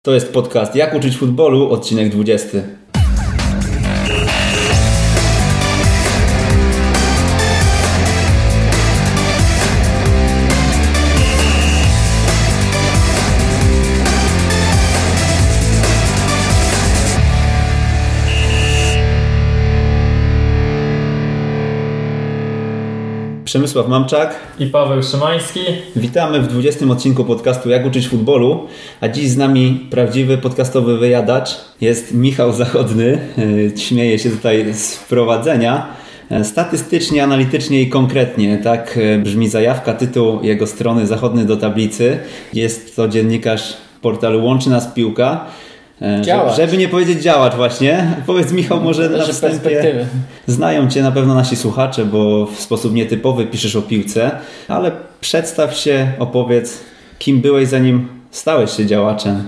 To jest podcast Jak uczyć futbolu, odcinek 20. Przemysław Mamczak i Paweł Szymański. Witamy w 20. odcinku podcastu Jak uczyć futbolu, a dziś z nami prawdziwy podcastowy wyjadacz jest Michał Zachodny. Śmieje się tutaj z wprowadzenia. Statystycznie, analitycznie i konkretnie, tak brzmi zajawka, tytuł jego strony Zachodny do tablicy. Jest to dziennikarz portalu Łączy Nas Piłka. Żeby nie powiedzieć działacz właśnie. Powiedz, Michał, może na wstępie. Znają Cię na pewno nasi słuchacze, bo w sposób nietypowy piszesz o piłce, ale przedstaw się, opowiedz, kim byłeś zanim stałeś się działaczem.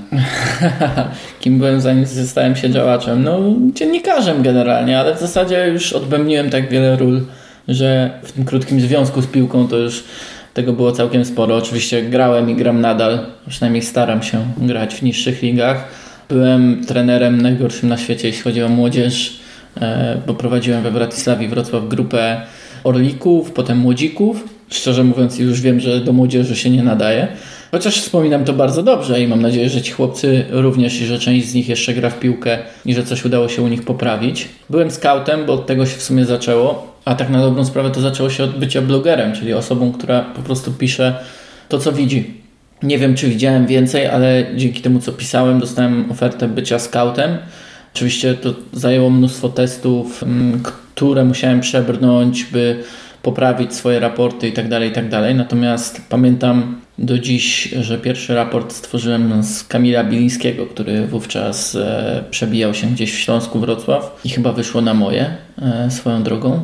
Kim byłem zanim stałem się działaczem? No, dziennikarzem generalnie, ale w zasadzie już odbębniłem tak wiele ról, że w tym krótkim związku z piłką to już tego było całkiem sporo. Oczywiście grałem i gram nadal, przynajmniej staram się grać w niższych ligach. Byłem trenerem najgorszym na świecie, jeśli chodzi o młodzież, bo prowadziłem we Wratysławi Wrocław grupę orlików, potem młodzików. Szczerze mówiąc, już wiem, że do młodzieży się nie nadaje. Chociaż wspominam to bardzo dobrze i mam nadzieję, że ci chłopcy również i że część z nich jeszcze gra w piłkę i że coś udało się u nich poprawić. Byłem skautem, bo od tego się w sumie zaczęło, a tak na dobrą sprawę to zaczęło się od bycia blogerem, czyli osobą, która po prostu pisze to, co widzi. Nie wiem, czy widziałem więcej, ale dzięki temu, co pisałem, dostałem ofertę bycia scoutem. Oczywiście to zajęło mnóstwo testów, które musiałem przebrnąć, by poprawić swoje raporty itd. Natomiast pamiętam do dziś, że pierwszy raport stworzyłem z Kamila Bilińskiego, który wówczas przebijał się gdzieś w Śląsku Wrocław i chyba wyszło na moje swoją drogą,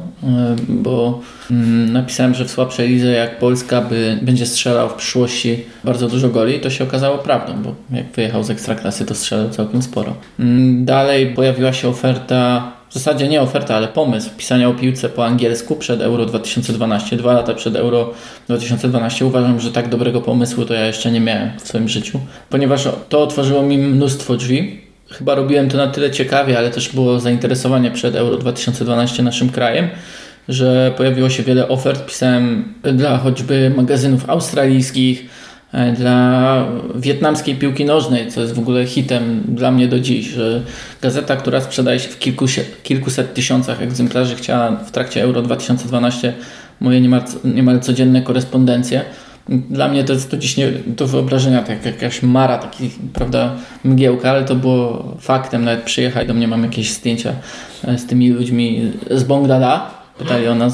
bo napisałem, że w słabszej lidze jak Polska będzie strzelał w przyszłości bardzo dużo goli, to się okazało prawdą, bo jak wyjechał z Ekstraklasy, to strzelał całkiem sporo. Dalej pojawiła się oferta, w zasadzie nie oferta, ale pomysł pisania o piłce po angielsku przed Euro 2012, 2 lata przed Euro 2012. Uważam, że tak dobrego pomysłu to ja jeszcze nie miałem w swoim życiu, ponieważ to otworzyło mi mnóstwo drzwi. Chyba robiłem to na tyle ciekawie, ale też było zainteresowanie przed Euro 2012 naszym krajem, że pojawiło się wiele ofert. Pisałem dla choćby magazynów australijskich, dla wietnamskiej piłki nożnej, co jest w ogóle hitem dla mnie do dziś, że gazeta, która sprzedaje się w kilkuset tysiącach egzemplarzy, chciała w trakcie Euro 2012 moje niemal codzienne korespondencje. Dla mnie to jest to dziś nie do wyobrażenia, tak jakaś mara, taki, prawda, mgiełka, ale to było faktem. Nawet przyjechali do mnie, mam jakieś zdjęcia z tymi ludźmi z Bongdala, pytali o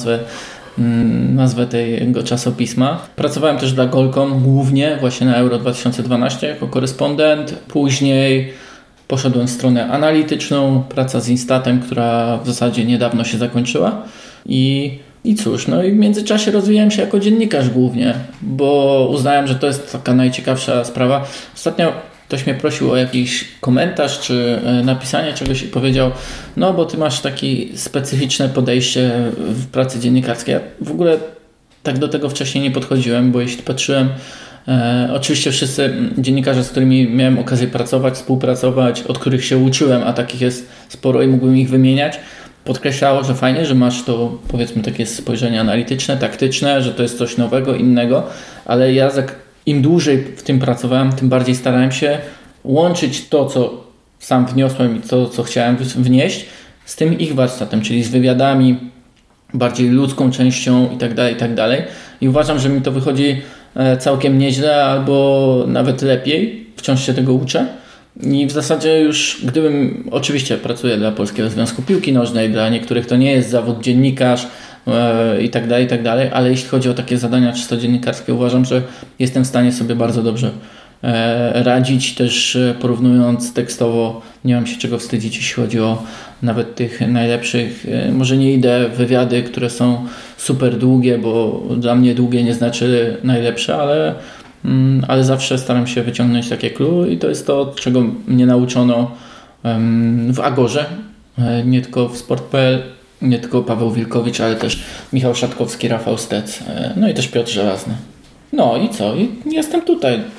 nazwę tego czasopisma. Pracowałem też dla Goal.com głównie właśnie na Euro 2012 jako korespondent. Później poszedłem w stronę analityczną, praca z Instatem, która w zasadzie niedawno się zakończyła. I cóż, no i w międzyczasie rozwijałem się jako dziennikarz głównie, bo uznałem, że to jest taka najciekawsza sprawa. Ostatnio ktoś mnie prosił o jakiś komentarz czy napisanie czegoś i powiedział, no bo ty masz takie specyficzne podejście w pracy dziennikarskiej. Ja w ogóle tak do tego wcześniej nie podchodziłem, bo jeśli patrzyłem, oczywiście wszyscy dziennikarze, z którymi miałem okazję pracować, współpracować, od których się uczyłem, a takich jest sporo i mógłbym ich wymieniać, podkreślało, że fajnie, że masz to, powiedzmy, takie spojrzenie analityczne, taktyczne, że to jest coś nowego, innego, ale ja im dłużej w tym pracowałem, tym bardziej starałem się łączyć to, co sam wniosłem i to, co chciałem wnieść, z tym ich warsztatem, czyli z wywiadami, bardziej ludzką częścią itd. I uważam, że mi to wychodzi całkiem nieźle albo nawet lepiej. Wciąż się tego uczę. I w zasadzie już gdybym, oczywiście pracuję dla Polskiego Związku Piłki Nożnej, dla niektórych to nie jest zawód dziennikarz i tak dalej, ale jeśli chodzi o takie zadania czysto dziennikarskie, uważam, że jestem w stanie sobie bardzo dobrze radzić, też porównując tekstowo, nie mam się czego wstydzić, jeśli chodzi o nawet tych najlepszych, może nie idę w wywiady, które są super długie, bo dla mnie długie nie znaczy najlepsze, ale zawsze staram się wyciągnąć takie clue i to jest to, czego mnie nauczono w Agorze, nie tylko w Sport.pl, nie tylko Paweł Wilkowicz, ale też Michał Szatkowski, Rafał Stec, no i też Piotr Żelazny. No i co? I jestem tutaj.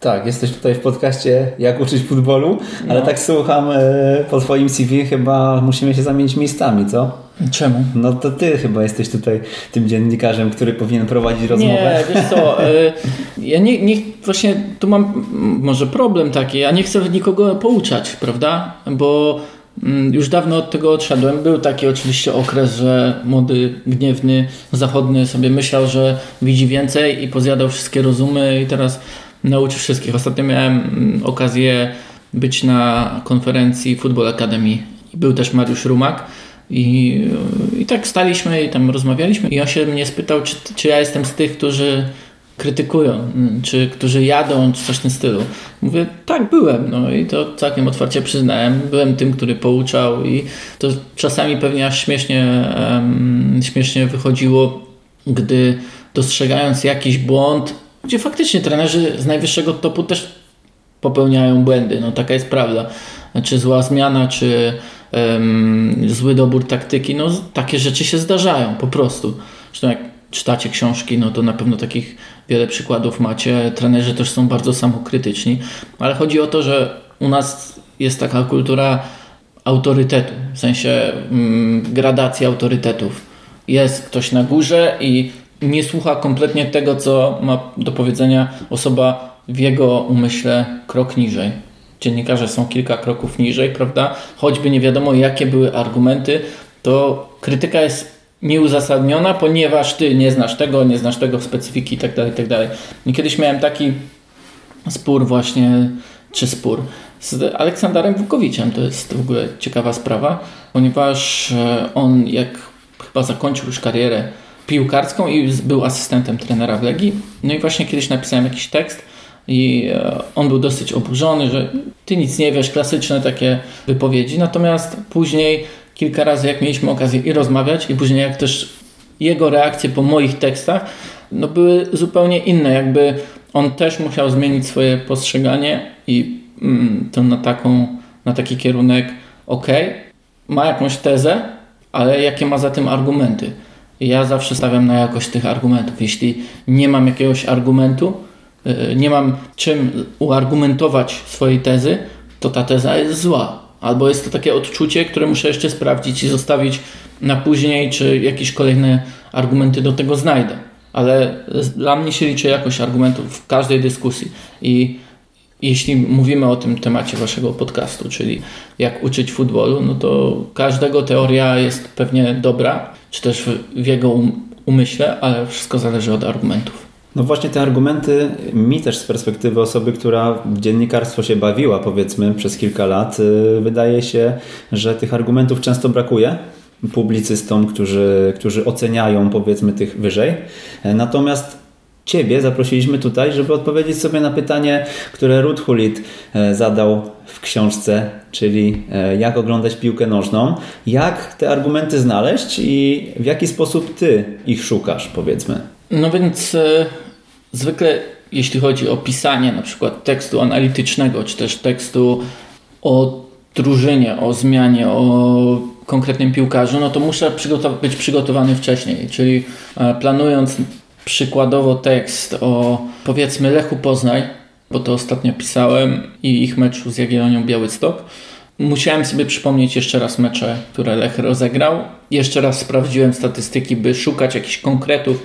Tak, jesteś tutaj w podcaście Jak uczyć futbolu, ale No. tak słucham po twoim CV, chyba musimy się zamienić miejscami, co? Czemu? No to ty chyba jesteś tutaj tym dziennikarzem, który powinien prowadzić rozmowę. Nie, wiesz co, ja nie właśnie tu mam może problem taki, ja nie chcę nikogo pouczać, prawda? Bo już dawno od tego odszedłem. Był taki oczywiście okres, że młody, gniewny, zachodny sobie myślał, że widzi więcej i pozjadał wszystkie rozumy i teraz nauczy wszystkich. Ostatnio miałem okazję być na konferencji Football Academy. Był też Mariusz Rumak i tak staliśmy i tam rozmawialiśmy i on się mnie spytał, czy ja jestem z tych, którzy krytykują, czy którzy jadą, czy coś w tym stylu. Mówię, tak, byłem, no i to całkiem otwarcie przyznałem. Byłem tym, który pouczał i to czasami pewnie aż śmiesznie wychodziło, gdy dostrzegając jakiś błąd, gdzie faktycznie trenerzy z najwyższego topu też popełniają błędy, no taka jest prawda. Czy zła zmiana, czy zły dobór taktyki, no takie rzeczy się zdarzają po prostu. Zresztą jak czytacie książki, no to na pewno takich wiele przykładów macie. Trenerzy też są bardzo samokrytyczni, ale chodzi o to, że u nas jest taka kultura autorytetu, w sensie gradacji autorytetów. Jest ktoś na górze i nie słucha kompletnie tego, co ma do powiedzenia osoba w jego umyśle krok niżej. Dziennikarze są kilka kroków niżej, prawda? Choćby nie wiadomo, jakie były argumenty, to krytyka jest nieuzasadniona, ponieważ ty nie znasz tego specyfiki itd., itd. I kiedyś miałem taki spór właśnie, z Aleksandarem Vukovićem. To jest w ogóle ciekawa sprawa, ponieważ on jak chyba zakończył już karierę piłkarską i był asystentem trenera w Legii. No i właśnie kiedyś napisałem jakiś tekst i on był dosyć oburzony, że ty nic nie wiesz, klasyczne takie wypowiedzi. Natomiast później kilka razy jak mieliśmy okazję i rozmawiać i później jak też jego reakcje po moich tekstach no były zupełnie inne. Jakby on też musiał zmienić swoje postrzeganie i to na taki kierunek ma jakąś tezę, ale jakie ma za tym argumenty. I ja zawsze stawiam na jakość tych argumentów. Jeśli nie mam jakiegoś argumentu, nie mam czym uargumentować swojej tezy, to ta teza jest zła. Albo jest to takie odczucie, które muszę jeszcze sprawdzić i zostawić na później, czy jakieś kolejne argumenty do tego znajdę. Ale dla mnie się liczy jakość argumentów w każdej dyskusji. I jeśli mówimy o tym temacie waszego podcastu, czyli jak uczyć futbolu, no to każdego teoria jest pewnie dobra, czy też w jego umyśle, ale wszystko zależy od argumentów. No właśnie te argumenty mi też z perspektywy osoby, która w dziennikarstwo się bawiła powiedzmy przez kilka lat, wydaje się, że tych argumentów często brakuje publicystom, którzy oceniają powiedzmy tych wyżej. Natomiast Ciebie zaprosiliśmy tutaj, żeby odpowiedzieć sobie na pytanie, które Ruud Gullit zadał w książce, czyli jak oglądać piłkę nożną, jak te argumenty znaleźć i w jaki sposób Ty ich szukasz, powiedzmy. No więc zwykle jeśli chodzi o pisanie na przykład tekstu analitycznego, czy też tekstu o drużynie, o zmianie, o konkretnym piłkarzu, no to muszę być przygotowany wcześniej, czyli planując przykładowo tekst o powiedzmy Lechu Poznań, bo to ostatnio pisałem i ich meczu z Jagiellonią Białystok. Musiałem sobie przypomnieć jeszcze raz mecze, które Lech rozegrał. Jeszcze raz sprawdziłem statystyki, by szukać jakichś konkretów,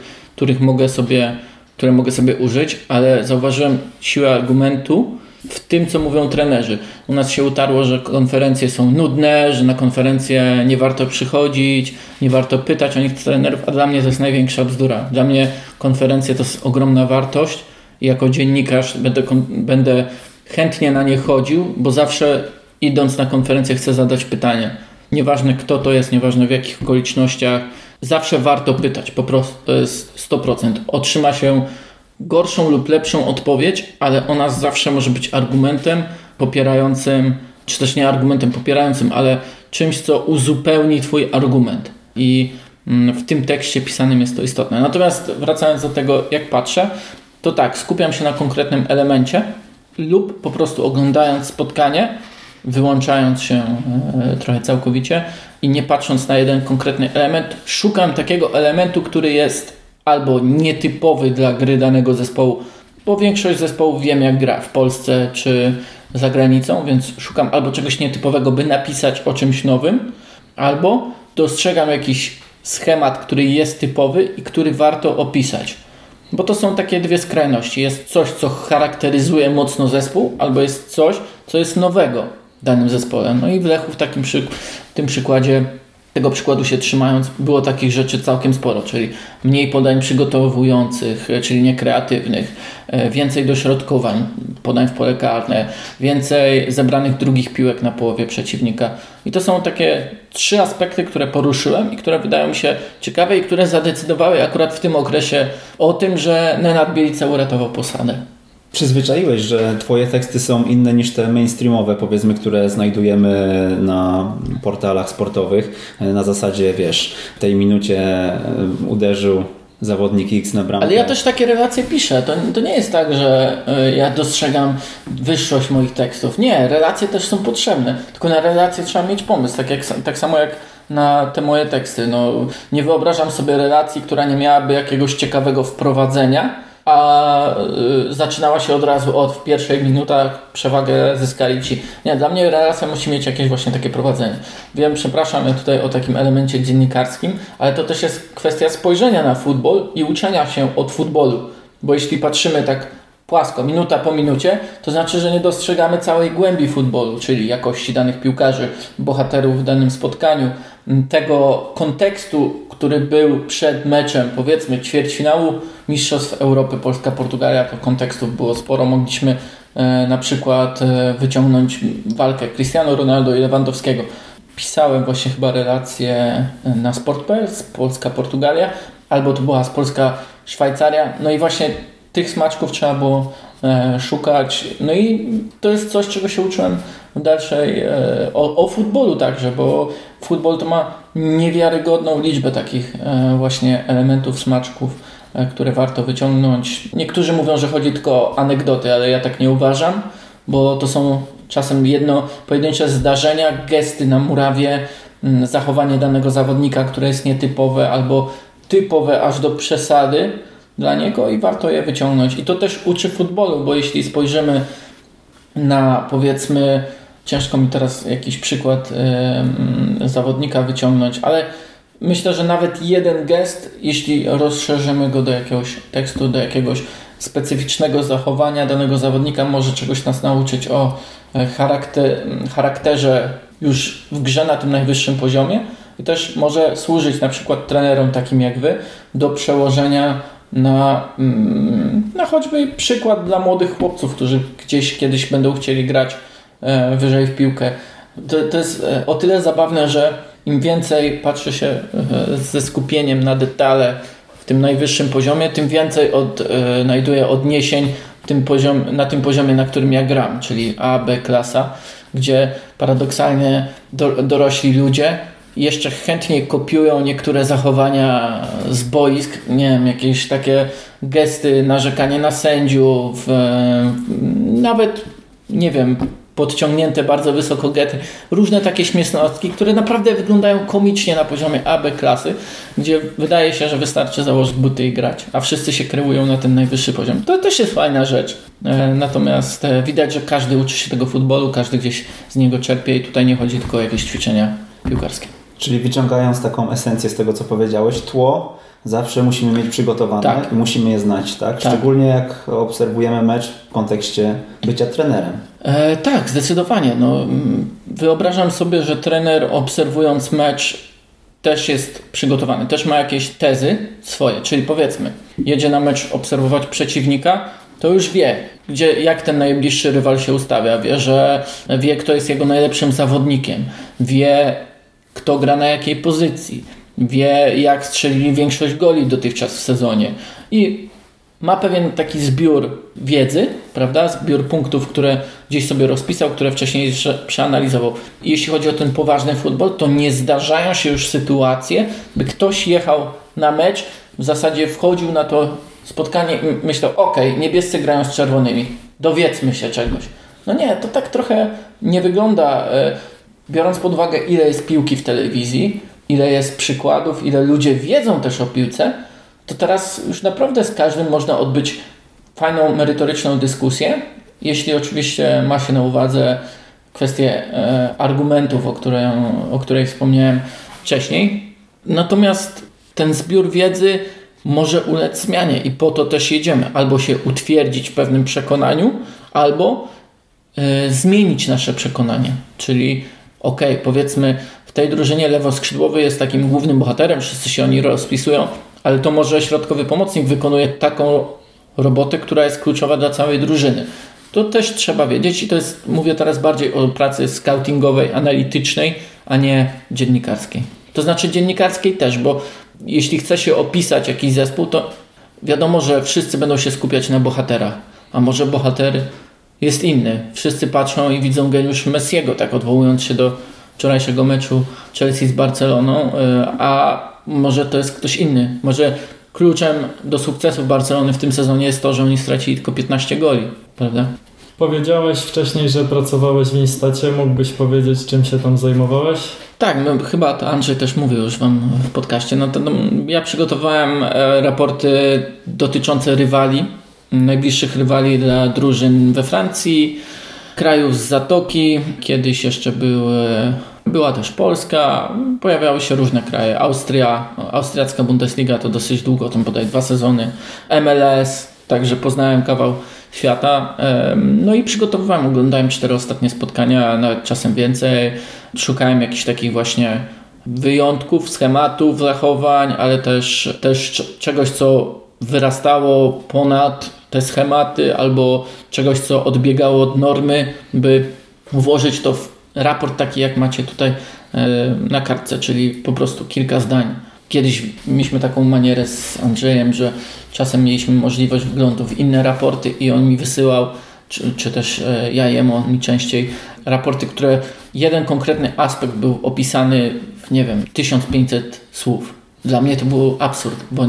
które mogę sobie użyć, ale zauważyłem siłę argumentu w tym, co mówią trenerzy. U nas się utarło, że konferencje są nudne, że na konferencje nie warto przychodzić, nie warto pytać o nich trenerów, a dla mnie to jest największa bzdura. Dla mnie konferencje to jest ogromna wartość i jako dziennikarz będę chętnie na nie chodził, bo zawsze idąc na konferencję chcę zadać pytanie. Nieważne kto to jest, nieważne w jakich okolicznościach, zawsze warto pytać, po prostu to jest 100%. Otrzyma się gorszą lub lepszą odpowiedź, ale ona zawsze może być argumentem popierającym, czy też nie argumentem popierającym, ale czymś, co uzupełni Twój argument. I w tym tekście pisanym jest to istotne. Natomiast wracając do tego, jak patrzę, to tak, skupiam się na konkretnym elemencie lub po prostu oglądając spotkanie, wyłączając się trochę całkowicie i nie patrząc na jeden konkretny element, szukam takiego elementu, który jest albo nietypowy dla gry danego zespołu bo większość zespołów wiem jak gra w Polsce czy za granicą, więc szukam albo czegoś nietypowego, by napisać o czymś nowym, albo dostrzegam jakiś schemat, który jest typowy i który warto opisać. Bo to są takie dwie skrajności. Jest coś, co charakteryzuje mocno zespół, albo jest coś, co jest nowego w danym zespole. No i w Lechu tego przykładu się trzymając, było takich rzeczy całkiem sporo, czyli mniej podań przygotowujących, czyli niekreatywnych, więcej dośrodkowań, podań w pole karne, więcej zebranych drugich piłek na połowie przeciwnika. I to są takie 3 aspekty, które poruszyłem i które wydają mi się ciekawe i które zadecydowały akurat w tym okresie o tym, że Nenad Bielica uratował Posadę. Przyzwyczaiłeś, że twoje teksty są inne niż te mainstreamowe, powiedzmy, które znajdujemy na portalach sportowych. Na zasadzie, wiesz, w tej minucie uderzył zawodnik X na bramkę. Ale ja też takie relacje piszę. To nie jest tak, że ja dostrzegam wyższość moich tekstów. Nie, relacje też są potrzebne. Tylko na relacje trzeba mieć pomysł. Tak samo jak na te moje teksty. No, nie wyobrażam sobie relacji, która nie miałaby jakiegoś ciekawego wprowadzenia, a zaczynała się od razu w pierwszych minutach przewagę zyskali ci. Nie, dla mnie relacja musi mieć jakieś właśnie takie prowadzenie. Wiem, przepraszam tutaj o takim elemencie dziennikarskim, ale to też jest kwestia spojrzenia na futbol i uczenia się od futbolu. Bo jeśli patrzymy tak płasko, minuta po minucie, to znaczy, że nie dostrzegamy całej głębi futbolu, czyli jakości danych piłkarzy, bohaterów w danym spotkaniu, tego kontekstu, który był przed meczem, powiedzmy, ćwierćfinału Mistrzostw Europy Polska-Portugalia, to kontekstów było sporo. Mogliśmy na przykład wyciągnąć walkę Cristiano Ronaldo i Lewandowskiego. Pisałem właśnie chyba relację na Sport.pl z Polska-Portugalia, albo to była z Polska-Szwajcaria. No i właśnie tych smaczków trzeba było szukać. No i to jest coś, czego się uczyłem w dalszej o futbolu także, bo futbol to ma niewiarygodną liczbę takich właśnie elementów, smaczków, które warto wyciągnąć. Niektórzy mówią, że chodzi tylko o anegdoty, ale ja tak nie uważam, bo to są czasem pojedyncze zdarzenia, gesty na murawie, zachowanie danego zawodnika, które jest nietypowe albo typowe aż do przesady dla niego i warto je wyciągnąć. I to też uczy futbolu, bo jeśli spojrzymy na, powiedzmy, ciężko mi teraz jakiś przykład zawodnika wyciągnąć, ale myślę, że nawet jeden gest, jeśli rozszerzymy go do jakiegoś tekstu, do jakiegoś specyficznego zachowania danego zawodnika, może czegoś nas nauczyć o charakterze już w grze na tym najwyższym poziomie i też może służyć na przykład trenerom takim jak wy do przełożenia na choćby przykład dla młodych chłopców, którzy gdzieś kiedyś będą chcieli grać wyżej w piłkę. To jest o tyle zabawne, że im więcej patrzy się ze skupieniem na detale w tym najwyższym poziomie, tym więcej znajduję odniesień na tym poziomie, na którym ja gram, czyli A, B klasa, gdzie paradoksalnie dorośli ludzie jeszcze chętniej kopiują niektóre zachowania z boisk, nie wiem, jakieś takie gesty, narzekanie na sędziów, nawet, nie wiem, podciągnięte bardzo wysoko gety, różne takie śmiesznostki, które naprawdę wyglądają komicznie na poziomie A, B klasy, gdzie wydaje się, że wystarczy założyć buty i grać, a wszyscy się kreują na ten najwyższy poziom. To też jest fajna rzecz. Natomiast widać, że każdy uczy się tego futbolu, każdy gdzieś z niego czerpie i tutaj nie chodzi tylko o jakieś ćwiczenia piłkarskie. Czyli wyciągając taką esencję z tego, co powiedziałeś, tło zawsze musimy mieć przygotowane tak. I musimy je znać, tak? Szczególnie jak obserwujemy mecz w kontekście bycia trenerem. Tak, zdecydowanie. No, wyobrażam sobie, że trener obserwując mecz też jest przygotowany, też ma jakieś tezy swoje, czyli powiedzmy, jedzie na mecz obserwować przeciwnika, to już wie, jak ten najbliższy rywal się ustawia, wie, kto jest jego najlepszym zawodnikiem, wie, kto gra na jakiej pozycji, wie, jak strzelili większość goli dotychczas w sezonie i ma pewien taki zbiór wiedzy, prawda? Zbiór punktów, które gdzieś sobie rozpisał, które wcześniej jeszcze przeanalizował. I jeśli chodzi o ten poważny futbol, to nie zdarzają się już sytuacje, by ktoś jechał na mecz, w zasadzie wchodził na to spotkanie i myślał, niebiescy grają z czerwonymi, dowiedzmy się czegoś. No nie, to tak trochę nie wygląda, biorąc pod uwagę, ile jest piłki w telewizji, ile jest przykładów, ile ludzie wiedzą też o piłce, to teraz już naprawdę z każdym można odbyć fajną, merytoryczną dyskusję, jeśli oczywiście ma się na uwadze kwestię argumentów, o której wspomniałem wcześniej. Natomiast ten zbiór wiedzy może ulec zmianie i po to też jedziemy. Albo się utwierdzić w pewnym przekonaniu, albo zmienić nasze przekonanie. Czyli powiedzmy w tej drużynie lewoskrzydłowy jest takim głównym bohaterem, wszyscy się oni rozpisują, ale to może środkowy pomocnik wykonuje taką robotę, która jest kluczowa dla całej drużyny. To też trzeba wiedzieć i to jest, mówię teraz bardziej o pracy scoutingowej, analitycznej, a nie dziennikarskiej. To znaczy dziennikarskiej też, bo jeśli chce się opisać jakiś zespół, to wiadomo, że wszyscy będą się skupiać na bohaterach, a może bohater jest inny. Wszyscy patrzą i widzą geniusz Messiego, tak odwołując się do wczorajszego meczu Chelsea z Barceloną, a może to jest ktoś inny. Może kluczem do sukcesu Barcelony w tym sezonie jest to, że oni stracili tylko 15 goli, prawda? Powiedziałeś wcześniej, że pracowałeś w Instacie. Mógłbyś powiedzieć, czym się tam zajmowałeś? Tak, chyba to Andrzej też mówił już wam w podcaście. Ja przygotowałem raporty dotyczące rywali, najbliższych rywali dla drużyn we Francji, krajów z Zatoki. Kiedyś jeszcze była też Polska, pojawiały się różne kraje. Austriacka Bundesliga to dosyć długo, tam bodaj 2 sezony. MLS, także poznałem kawał świata. No i przygotowywałem, oglądałem 4 ostatnie spotkania, nawet czasem więcej. Szukałem jakichś takich właśnie wyjątków, schematów, zachowań, ale też czegoś, co wyrastało ponad te schematy albo czegoś, co odbiegało od normy, by włożyć to w raport taki, jak macie tutaj na kartce, czyli po prostu kilka zdań. Kiedyś mieliśmy taką manierę z Andrzejem, że czasem mieliśmy możliwość wglądu w inne raporty i on mi wysyłał, czy też ja jemu, on mi częściej, raporty, które jeden konkretny aspekt był opisany w, 1500 słów. Dla mnie to był absurd, bo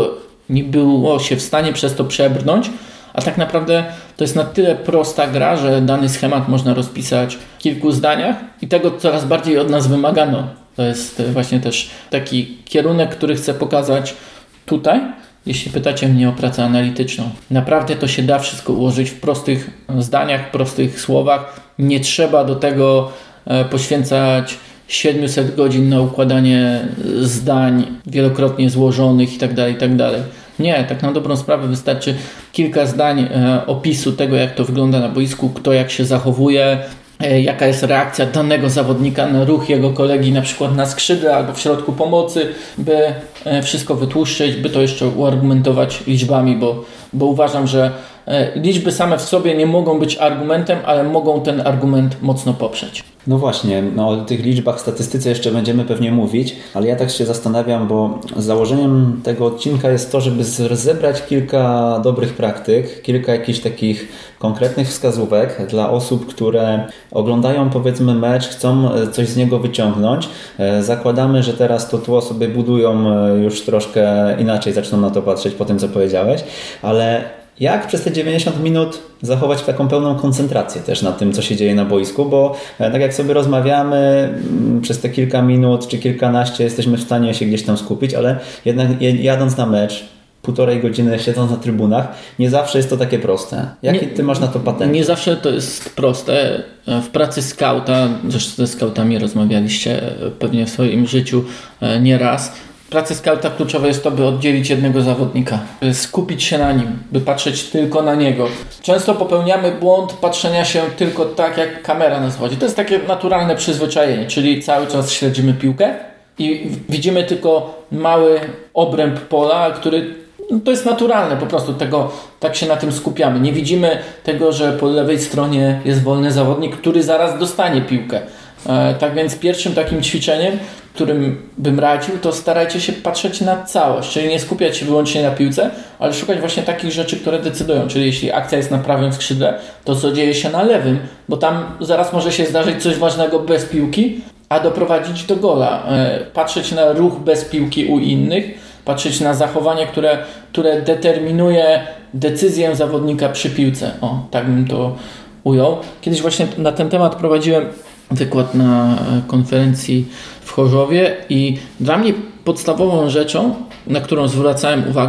nie było się w stanie przez to przebrnąć, a tak naprawdę to jest na tyle prosta gra, że dany schemat można rozpisać w kilku zdaniach i tego coraz bardziej od nas wymagano. To jest właśnie też taki kierunek, który chcę pokazać tutaj, jeśli pytacie mnie o pracę analityczną. Naprawdę to się da wszystko ułożyć w prostych zdaniach, prostych słowach. Nie trzeba do tego poświęcać 700 godzin na układanie zdań wielokrotnie złożonych itd. Nie, tak na dobrą sprawę wystarczy kilka zdań opisu tego, jak to wygląda na boisku, kto jak się zachowuje, jaka jest reakcja danego zawodnika na ruch jego kolegi, na przykład na skrzydle albo w środku pomocy, by wszystko wytłuszczyć, by to jeszcze uargumentować liczbami, bo uważam, że liczby same w sobie nie mogą być argumentem, ale mogą ten argument mocno poprzeć. No właśnie, o tych liczbach w statystyce jeszcze będziemy pewnie mówić, ale ja tak się zastanawiam, bo założeniem tego odcinka jest to, żeby zebrać kilka dobrych praktyk, kilka jakichś takich konkretnych wskazówek dla osób, które oglądają powiedzmy mecz, chcą coś z niego wyciągnąć. Zakładamy, że teraz to tło sobie budują już troszkę inaczej, zaczną na to patrzeć po tym, co powiedziałeś, ale jak przez te 90 minut zachować taką pełną koncentrację też na tym, co się dzieje na boisku, bo tak jak sobie rozmawiamy, przez te kilka minut czy kilkanaście jesteśmy w stanie się gdzieś tam skupić, ale jednak jadąc na mecz, 1,5 godziny siedząc na trybunach, nie zawsze jest to takie proste. Jaki ty masz na to patent? Nie zawsze to jest proste. W pracy skauta, zresztą ze skautami rozmawialiście pewnie w swoim życiu nieraz, w pracy skauta kluczowe jest to, by oddzielić jednego zawodnika, by skupić się na nim, by patrzeć tylko na niego. Często popełniamy błąd patrzenia się tylko tak, jak kamera nas chodzi. To jest takie naturalne przyzwyczajenie, czyli cały czas śledzimy piłkę i widzimy tylko mały obręb pola, który to jest naturalne, po prostu tak się na tym skupiamy. Nie widzimy tego, że po lewej stronie jest wolny zawodnik, który zaraz dostanie piłkę. Tak więc pierwszym takim ćwiczeniem, którym bym radził, to starajcie się patrzeć na całość, czyli nie skupiać się wyłącznie na piłce, ale szukać właśnie takich rzeczy, które decydują, czyli jeśli akcja jest na prawym skrzydle, to co dzieje się na lewym, bo tam zaraz może się zdarzyć coś ważnego bez piłki, a doprowadzić do gola. Patrzeć na ruch bez piłki u innych, patrzeć na zachowanie, które determinuje decyzję zawodnika przy piłce. O, tak bym to ujął. Kiedyś właśnie na ten temat prowadziłem wykład na konferencji w Chorzowie i dla mnie podstawową rzeczą, na którą zwracałem uwagę,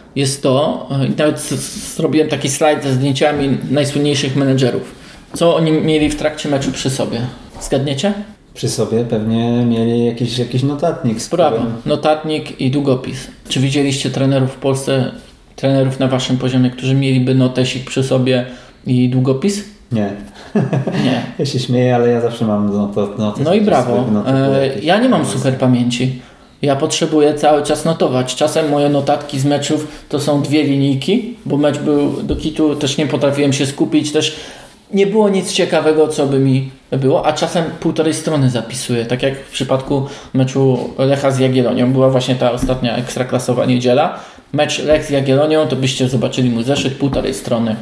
jest to, i nawet zrobiłem taki slajd ze zdjęciami najsłynniejszych menedżerów. Co oni mieli w trakcie meczu przy sobie? Zgadniecie? Przy sobie pewnie mieli jakiś notatnik. Brawo, notatnik i długopis. Czy widzieliście trenerów w Polsce, trenerów na waszym poziomie, którzy mieliby notesik przy sobie i długopis? Nie. Nie. Ja się śmieję, ale ja zawsze mam notes. No i brawo. Ja nie mam super pamięci. Ja potrzebuję cały czas notować. Czasem moje notatki z meczów to są 2 linijki, bo mecz był do kitu, też nie potrafiłem się skupić, też nie było nic ciekawego, co by mi było, a czasem 1,5 strony zapisuję, tak jak w przypadku meczu Lecha z Jagiellonią. Była właśnie ta ostatnia ekstraklasowa niedziela. Mecz Lech z Jagiellonią, to byście zobaczyli mój zeszyt, 1,5 strony.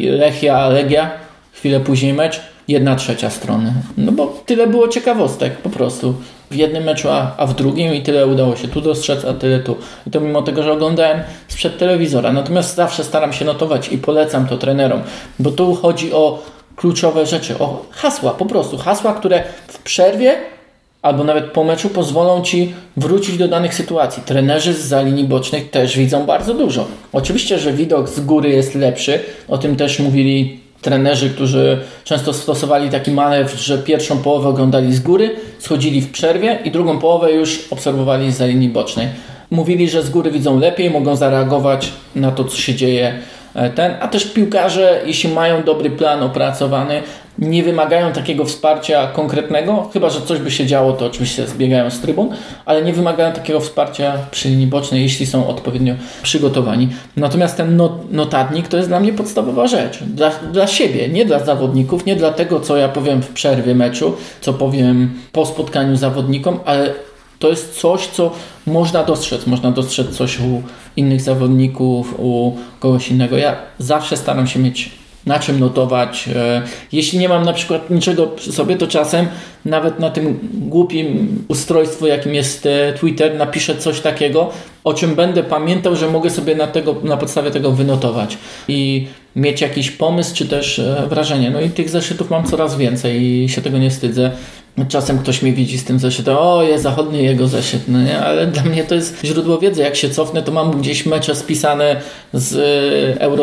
Legia, chwilę później mecz, 1/3 strony. No bo tyle było ciekawostek po prostu. W jednym meczu, a w drugim i tyle udało się tu dostrzec, a tyle tu. I to mimo tego, że oglądałem sprzed telewizora. Natomiast zawsze staram się notować i polecam to trenerom, bo tu chodzi o kluczowe rzeczy, o hasła, po prostu hasła, które w przerwie albo nawet po meczu pozwolą Ci wrócić do danych sytuacji. Trenerzy zza linii bocznych też widzą bardzo dużo. Oczywiście, że widok z góry jest lepszy, o tym też mówili trenerzy, którzy często stosowali taki manewr, że pierwszą połowę oglądali z góry, schodzili w przerwie i drugą połowę już obserwowali zza linii bocznej. Mówili, że z góry widzą lepiej, mogą zareagować na to, co się dzieje a też piłkarze, jeśli mają dobry plan opracowany, nie wymagają takiego wsparcia konkretnego, chyba że coś by się działo, to oczywiście zbiegają z trybun, ale nie wymagają takiego wsparcia przy linii bocznej, jeśli są odpowiednio przygotowani. Natomiast ten notatnik to jest dla mnie podstawowa rzecz. Dla siebie, nie dla zawodników, nie dla tego, co ja powiem w przerwie meczu, co powiem po spotkaniu z zawodnikom, ale to jest coś, co można dostrzec. Można dostrzec coś u innych zawodników, u kogoś innego. Ja zawsze staram się mieć na czym notować. Jeśli nie mam na przykład niczego przy sobie, to czasem nawet na tym głupim ustrojstwu, jakim jest Twitter, napiszę coś takiego, o czym będę pamiętał, że mogę sobie na podstawie tego wynotować i mieć jakiś pomysł, czy też wrażenie. No i tych zeszytów mam coraz więcej i się tego nie wstydzę. Czasem ktoś mnie widzi z tym zeszytem, jest zachodni jego zeszyt, no nie? Ale dla mnie to jest źródło wiedzy. Jak się cofnę, to mam gdzieś mecze spisane z Euro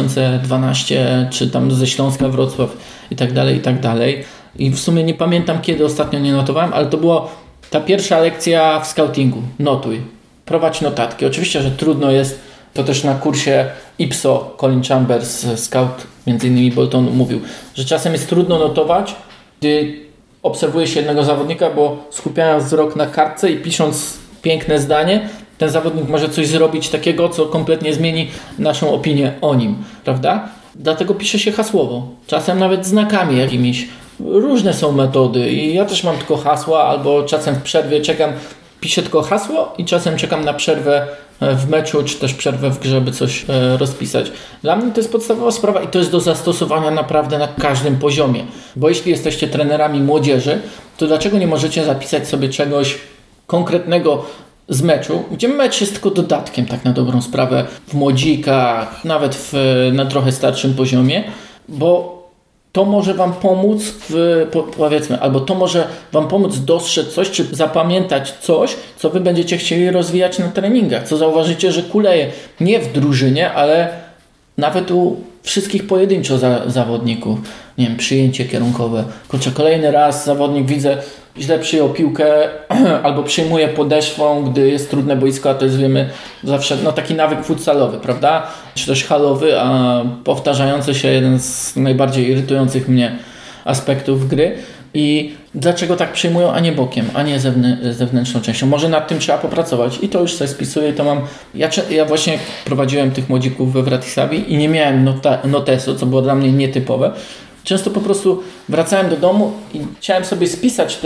2012, czy tam ze Śląska Wrocław i tak dalej, i tak dalej. I w sumie nie pamiętam, kiedy ostatnio nie notowałem, ale to była ta pierwsza lekcja w scoutingu. Notuj. Prowadź notatki. Oczywiście, że trudno jest, to też na kursie IPSO Colin Chambers, scout między innymi Boltonu, mówił, że czasem jest trudno notować, gdy obserwuje się jednego zawodnika, bo skupiając wzrok na kartce i pisząc piękne zdanie, ten zawodnik może coś zrobić takiego, co kompletnie zmieni naszą opinię o nim, prawda? Dlatego pisze się hasłowo, czasem nawet znakami jakimiś. Różne są metody i ja też mam tylko hasła, albo czasem w przerwie piszę tylko hasło i czasem czekam na przerwę w meczu, czy też przerwę w grze, by coś rozpisać. Dla mnie to jest podstawowa sprawa i to jest do zastosowania naprawdę na każdym poziomie. Bo jeśli jesteście trenerami młodzieży, to dlaczego nie możecie zapisać sobie czegoś konkretnego z meczu, gdzie mecz jest tylko dodatkiem, tak na dobrą sprawę, w młodzikach, nawet na trochę starszym poziomie, bo to może Wam pomóc powiedzmy, albo to może Wam pomóc dostrzec coś, czy zapamiętać coś, co Wy będziecie chcieli rozwijać na treningach, co zauważycie, że kuleje nie w drużynie, ale nawet u wszystkich pojedynczo zawodników. Nie wiem, przyjęcie kierunkowe. Kurczę, kolejny raz zawodnik widzę, źle przyjął piłkę albo przyjmuje podeszwą, gdy jest trudne boisko, a to jest, wiemy, zawsze taki nawyk futsalowy, prawda? Czy też halowy, a powtarzający się jeden z najbardziej irytujących mnie aspektów gry. I dlaczego tak przyjmują, a nie bokiem, a nie zewnętrzną częścią? Może nad tym trzeba popracować i to już sobie spisuję. To mam. Ja właśnie prowadziłem tych młodzików we Wratislavi i nie miałem notesu, co było dla mnie nietypowe. Często po prostu wracałem do domu i chciałem sobie spisać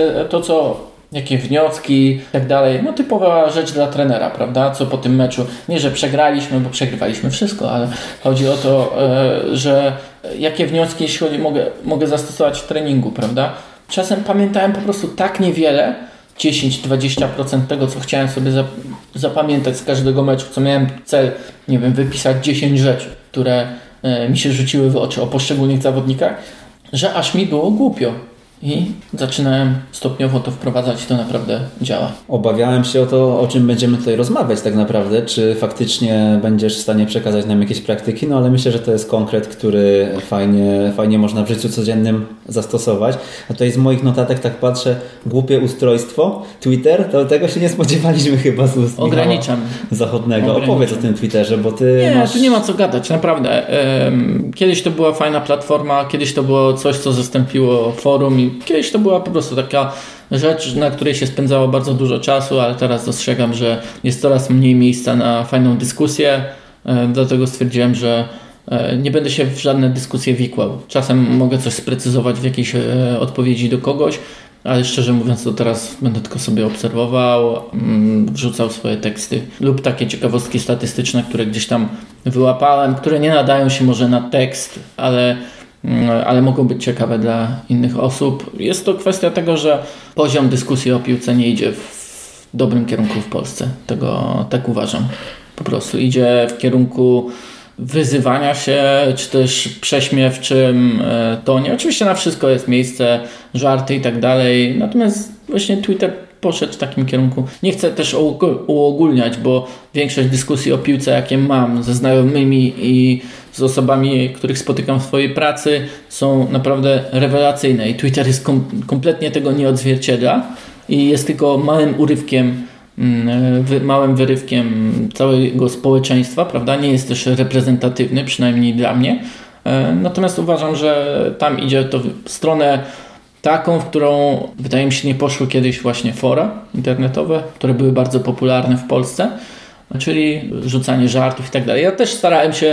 jakie wnioski i tak dalej. No typowa rzecz dla trenera, prawda? Co po tym meczu. Nie, że przegraliśmy, bo przegrywaliśmy wszystko, ale chodzi o to, że jakie wnioski, jeśli chodzi, mogę zastosować w treningu, prawda? Czasem pamiętałem po prostu tak niewiele, 10-20% tego, co chciałem sobie zapamiętać z każdego meczu, co miałem cel, nie wiem, wypisać 10 rzeczy, które mi się rzuciły w oczy o poszczególnych zawodnikach, że aż mi było głupio. i zaczynałem stopniowo to wprowadzać i to naprawdę działa. Obawiałem się o to, o czym będziemy tutaj rozmawiać tak naprawdę, czy faktycznie będziesz w stanie przekazać nam jakieś praktyki, no ale myślę, że to jest konkret, który fajnie można w życiu codziennym zastosować. A tutaj z moich notatek tak patrzę, głupie ustrojstwo, Twitter, to tego się nie spodziewaliśmy chyba z ust Ograniczam. Zachodnego. Opowiedz o tym Twitterze, bo ty tu nie ma co gadać, naprawdę. Kiedyś to była fajna platforma, kiedyś to było coś, co zastąpiło forum i kiedyś to była po prostu taka rzecz, na której się spędzało bardzo dużo czasu, ale teraz dostrzegam, że jest coraz mniej miejsca na fajną dyskusję, dlatego stwierdziłem, że nie będę się w żadne dyskusje wikłał. Czasem mogę coś sprecyzować w jakiejś odpowiedzi do kogoś, ale szczerze mówiąc to teraz będę tylko sobie obserwował, wrzucał swoje teksty lub takie ciekawostki statystyczne, które gdzieś tam wyłapałem, które nie nadają się może na tekst, ale mogą być ciekawe dla innych osób. Jest to kwestia tego, że poziom dyskusji o piłce nie idzie w dobrym kierunku w Polsce. Tak uważam. Po prostu idzie w kierunku wyzywania się, czy też prześmiewczym tonie. Oczywiście na wszystko jest miejsce, żarty i tak dalej. Natomiast właśnie Twitter poszedł w takim kierunku. Nie chcę też uogólniać, bo większość dyskusji o piłce, jakie mam ze znajomymi i z osobami, których spotykam w swojej pracy, są naprawdę rewelacyjne i Twitter jest kompletnie tego nie odzwierciedla i jest tylko małym wyrywkiem całego społeczeństwa, prawda? Nie jest też reprezentatywny, przynajmniej dla mnie. Natomiast uważam, że tam idzie to w stronę taką, w którą wydaje mi się nie poszły kiedyś właśnie fora internetowe, które były bardzo popularne w Polsce, czyli rzucanie żartów i tak dalej. Ja też starałem się,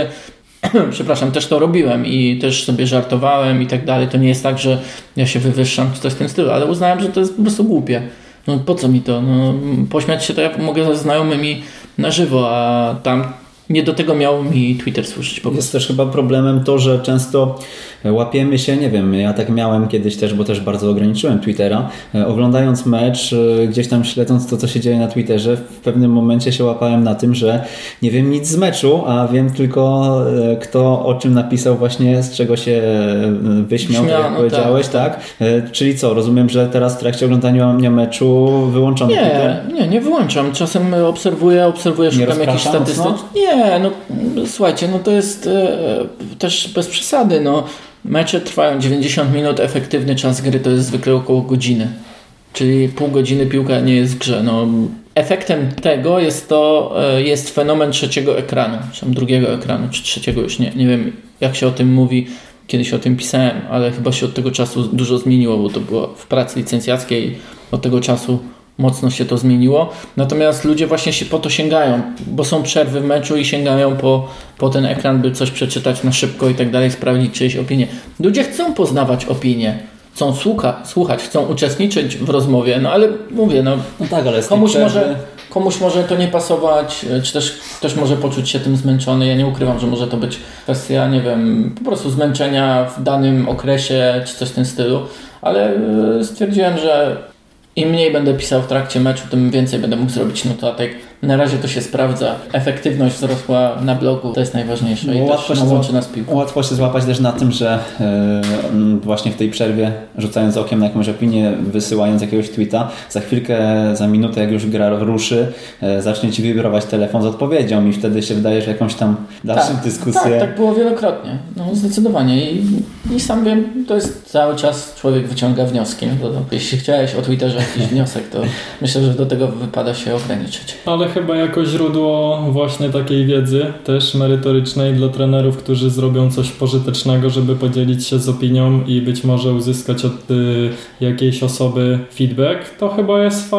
też to robiłem i też sobie żartowałem i tak dalej. To nie jest tak, że ja się wywyższam czy coś w tym stylu, ale uznałem, że to jest po prostu głupie. No po co mi to? No, pośmiać się to ja mogę ze znajomymi na żywo, a tam nie do tego miał mi Twitter służyć. Jest też chyba problemem to, że często łapiemy się, nie wiem, ja tak miałem kiedyś też, bo też bardzo ograniczyłem Twittera, oglądając mecz, gdzieś tam śledząc to, co się dzieje na Twitterze, w pewnym momencie się łapałem na tym, że nie wiem nic z meczu, a wiem tylko kto o czym napisał właśnie, z czego się wyśmiał, tak jak powiedziałeś, tak? Czyli co, rozumiem, że teraz w trakcie oglądania meczu wyłączono Twitter? Nie wyłączam. Czasem obserwuję, szukam jakichś statystyk. Nie, no słuchajcie, no to jest też bez przesady, no. Mecze trwają 90 minut, efektywny czas gry to jest zwykle około godziny. Czyli pół godziny piłka nie jest w grze. No, efektem tego jest fenomen trzeciego ekranu, czy tam drugiego ekranu, czy trzeciego już nie wiem jak się o tym mówi. Kiedyś o tym pisałem, ale chyba się od tego czasu dużo zmieniło, bo to było w pracy licencjackiej. Od tego czasu mocno się to zmieniło. Natomiast ludzie właśnie się po to sięgają, bo są przerwy w meczu i sięgają po ten ekran, by coś przeczytać na szybko i tak dalej, sprawdzić czyjeś opinie. Ludzie chcą poznawać opinie, chcą słuchać, chcą uczestniczyć w rozmowie, no ale mówię, no tak, ale komuś może to nie pasować, czy też ktoś może poczuć się tym zmęczony. Ja nie ukrywam, że może to być kwestia, nie wiem, po prostu zmęczenia w danym okresie, czy coś w tym stylu, ale stwierdziłem, że im mniej będę pisał w trakcie meczu, tym więcej będę mógł zrobić notatek. Na razie to się sprawdza. Efektywność wzrosła na blogu. To jest najważniejsze. I też łączy nas piłką. Łatwo się złapać też na tym, że właśnie w tej przerwie, rzucając okiem na jakąś opinię, wysyłając jakiegoś tweeta, za chwilkę, za minutę, jak już gra ruszy, zacznie ci wibrować telefon z odpowiedzią i wtedy się wydaje, że jakąś tam dalszą dyskusję... Tak było wielokrotnie. No zdecydowanie. I sam wiem, to jest cały czas człowiek wyciąga wnioski. No, jeśli chciałeś o Twitterze jakiś wniosek, to myślę, że do tego wypada się ograniczyć. Ale chyba jako źródło właśnie takiej wiedzy, też merytorycznej dla trenerów, którzy zrobią coś pożytecznego, żeby podzielić się z opinią i być może uzyskać od jakiejś osoby feedback, to chyba jest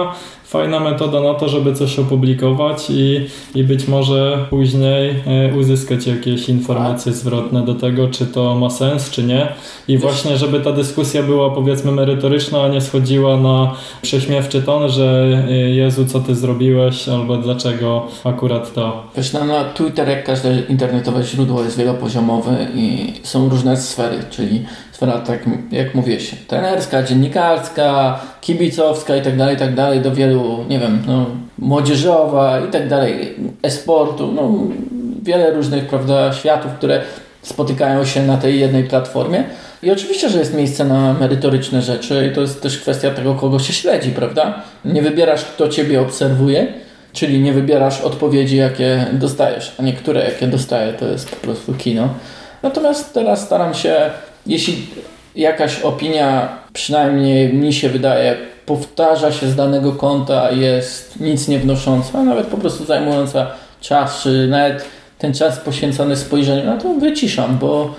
fajna metoda na to, żeby coś opublikować i być może później uzyskać jakieś informacje zwrotne do tego, czy to ma sens, czy nie. I właśnie, żeby ta dyskusja była powiedzmy merytoryczna, a nie schodziła na prześmiewczy ton, że Jezu, co ty zrobiłeś, albo dlaczego akurat to. Wiesz, na Twitter, jak każde internetowe źródło, jest wielopoziomowy i są różne sfery, czyli sfera, tak jak mówiłeś, trenerska, dziennikarska, kibicowska i tak dalej, do wielu, nie wiem, no, młodzieżowa i tak dalej, e-sportu, no, wiele różnych, prawda, światów, które spotykają się na tej jednej platformie. I oczywiście, że jest miejsce na merytoryczne rzeczy i to jest też kwestia tego, kogo się śledzi, prawda? Nie wybierasz, kto ciebie obserwuje, czyli nie wybierasz odpowiedzi, jakie dostajesz, a niektóre, jakie dostaję, to jest po prostu kino. Natomiast teraz staram się, jeśli jakaś opinia, przynajmniej mi się wydaje, powtarza się z danego konta, jest nic nie wnosząca, a nawet po prostu zajmująca czas, czy nawet ten czas poświęcony spojrzeniu na to wyciszam, bo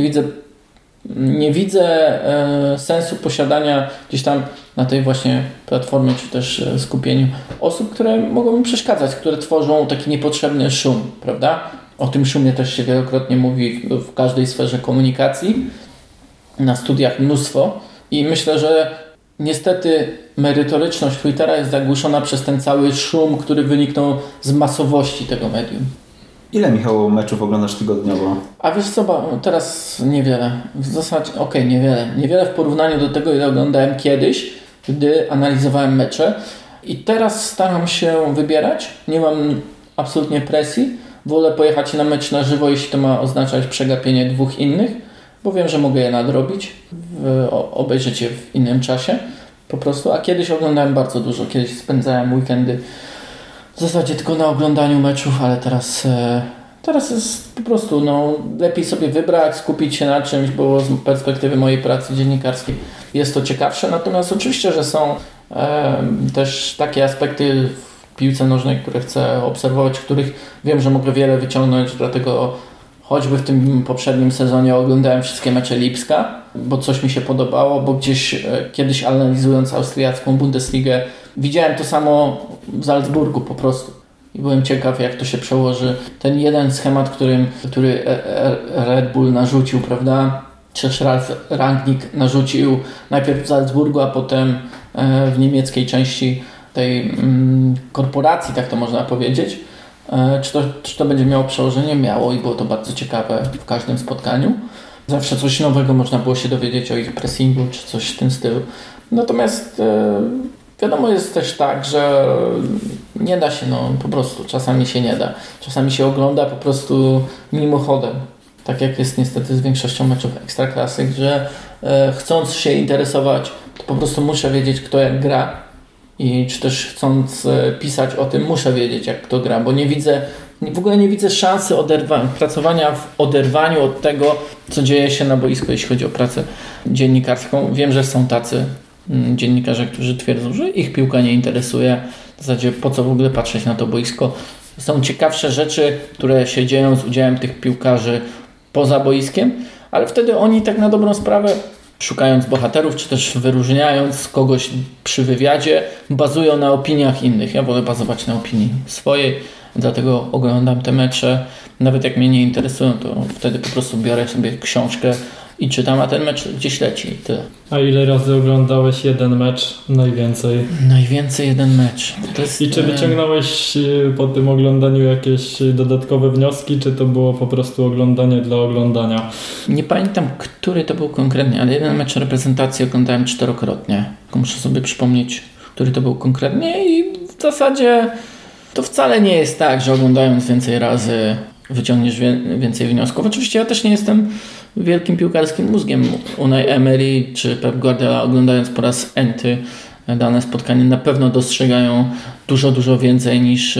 nie widzę sensu posiadania gdzieś tam na tej właśnie platformie, czy też skupieniu osób, które mogą mi przeszkadzać, które tworzą taki niepotrzebny szum, prawda? O tym szumie też się wielokrotnie mówi w każdej sferze komunikacji, na studiach mnóstwo i myślę, że niestety merytoryczność Twittera jest zagłuszona przez ten cały szum, który wyniknął z masowości tego medium. Ile, Michał, meczów oglądasz tygodniowo? A wiesz co, teraz niewiele. W zasadzie, niewiele. Niewiele w porównaniu do tego, ile oglądałem kiedyś, gdy analizowałem mecze. I teraz staram się wybierać. Nie mam absolutnie presji. Wolę pojechać na mecz na żywo, jeśli to ma oznaczać przegapienie 2 innych, bo wiem, że mogę je nadrobić, obejrzeć je w innym czasie po prostu. A kiedyś oglądałem bardzo dużo. Kiedyś spędzałem weekendy w zasadzie tylko na oglądaniu meczów, ale teraz jest po prostu lepiej sobie wybrać, skupić się na czymś, bo z perspektywy mojej pracy dziennikarskiej jest to ciekawsze. Natomiast oczywiście, że są też takie aspekty w piłce nożnej, które chcę obserwować, których wiem, że mogę wiele wyciągnąć, dlatego choćby w tym poprzednim sezonie oglądałem wszystkie mecze Lipska, bo coś mi się podobało, bo gdzieś kiedyś analizując austriacką Bundesligę widziałem to samo w Salzburgu po prostu. I byłem ciekaw, jak to się przełoży. Ten jeden schemat, który Red Bull narzucił, prawda? Czy Ralf Rangnick narzucił najpierw w Salzburgu, a potem w niemieckiej części tej korporacji, tak to można powiedzieć. Czy to będzie miało przełożenie? Miało i było to bardzo ciekawe w każdym spotkaniu. Zawsze coś nowego można było się dowiedzieć o ich pressingu, czy coś w tym stylu. Natomiast wiadomo jest też tak, że nie da się, po prostu czasami się nie da. Czasami się ogląda po prostu mimochodem. Tak jak jest niestety z większością meczów Ekstraklasy, że chcąc się interesować, to po prostu muszę wiedzieć, kto jak gra. I czy też chcąc pisać o tym, muszę wiedzieć, jak kto gra, bo w ogóle nie widzę szansy pracowania w oderwaniu od tego, co dzieje się na boisku, jeśli chodzi o pracę dziennikarską. Wiem, że są tacy dziennikarze, którzy twierdzą, że ich piłka nie interesuje. W zasadzie po co w ogóle patrzeć na to boisko? Są ciekawsze rzeczy, które się dzieją z udziałem tych piłkarzy poza boiskiem, ale wtedy oni tak na dobrą sprawę, szukając bohaterów, czy też wyróżniając kogoś przy wywiadzie, bazują na opiniach innych. Ja wolę bazować na opinii swojej, dlatego oglądam te mecze. Nawet jak mnie nie interesują, to wtedy po prostu biorę sobie książkę i czytam, a ten mecz gdzieś leci i tyle. A ile razy oglądałeś jeden mecz najwięcej? Najwięcej jeden mecz. I czy wyciągnąłeś po tym oglądaniu jakieś dodatkowe wnioski, czy to było po prostu oglądanie dla oglądania? Nie pamiętam, który to był konkretnie, ale jeden mecz reprezentacji oglądałem 4-krotnie. Muszę sobie przypomnieć, który to był konkretnie i w zasadzie to wcale nie jest tak, że oglądając więcej razy wyciągniesz więcej wniosków. Oczywiście ja też nie jestem wielkim piłkarskim mózgiem. Unai Emery czy Pep Guardiola, oglądając po raz enty dane spotkanie, na pewno dostrzegają dużo więcej niż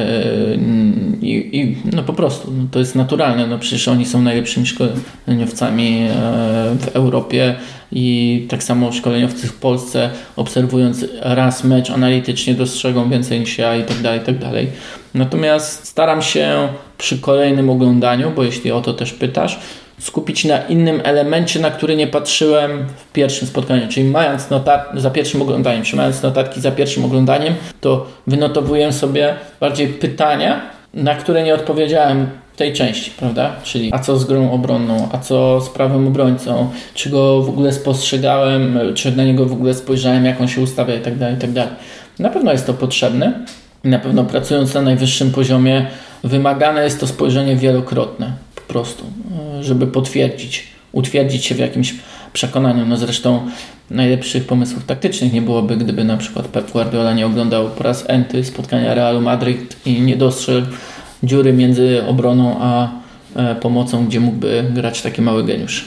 po prostu. To jest naturalne. Przecież oni są najlepszymi szkoleniowcami w Europie i tak samo szkoleniowcy w Polsce, obserwując raz mecz analitycznie, dostrzegą więcej niż ja i tak dalej. Natomiast staram się przy kolejnym oglądaniu, bo jeśli o to też pytasz, skupić na innym elemencie, na który nie patrzyłem w pierwszym spotkaniu. Czyli mając za pierwszym oglądaniem, czy mając notatki za pierwszym oglądaniem, to wynotowuję sobie bardziej pytania, na które nie odpowiedziałem w tej części, prawda? Czyli a co z grą obronną, a co z prawym obrońcą, czy go w ogóle spostrzegałem, czy na niego w ogóle spojrzałem, jak on się ustawia i tak dalej. Na pewno jest to potrzebne. Na pewno pracując na najwyższym poziomie wymagane jest to spojrzenie wielokrotne. Po prostu, żeby utwierdzić się w jakimś przekonaniu. Zresztą najlepszych pomysłów taktycznych nie byłoby, gdyby na przykład Pep Guardiola nie oglądał po raz enty spotkania Realu Madryt i nie dostrzegł dziury między obroną a pomocą, gdzie mógłby grać taki mały geniusz.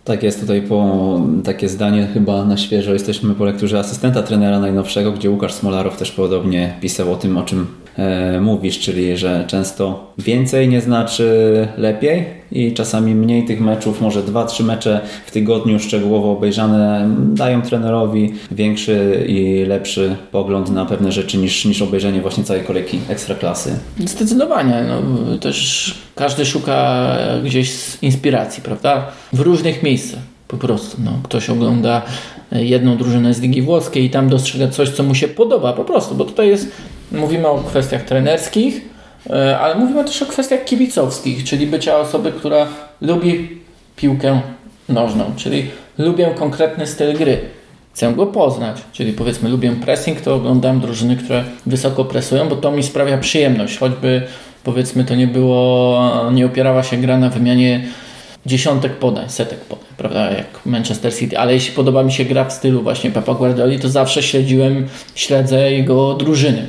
Tak jest, tutaj takie zdanie chyba na świeżo jesteśmy po lekturze asystenta trenera najnowszego, gdzie Łukasz Smolarow też podobnie pisał o tym, o czym mówisz, czyli że często więcej nie znaczy lepiej i czasami mniej tych meczów, może 2-3 mecze w tygodniu szczegółowo obejrzane dają trenerowi większy i lepszy pogląd na pewne rzeczy niż obejrzenie właśnie całej kolejki Ekstraklasy. Zdecydowanie. No, też każdy szuka gdzieś inspiracji, prawda? W różnych miejscach po prostu. No, ktoś ogląda jedną drużynę z Ligi Włoskiej i tam dostrzega coś, co mu się podoba po prostu, bo tutaj mówimy o kwestiach trenerskich, ale mówimy też o kwestiach kibicowskich, czyli bycia osoby, która lubi piłkę nożną, czyli lubię konkretny styl gry. Chcę go poznać, czyli powiedzmy lubię pressing, to oglądam drużyny, które wysoko presują, bo to mi sprawia przyjemność, choćby powiedzmy to nie opierała się gra na wymianie dziesiątek podań, setek podań, prawda, jak Manchester City, ale jeśli podoba mi się gra w stylu właśnie Pepa Guardioli, to zawsze śledzę jego drużyny,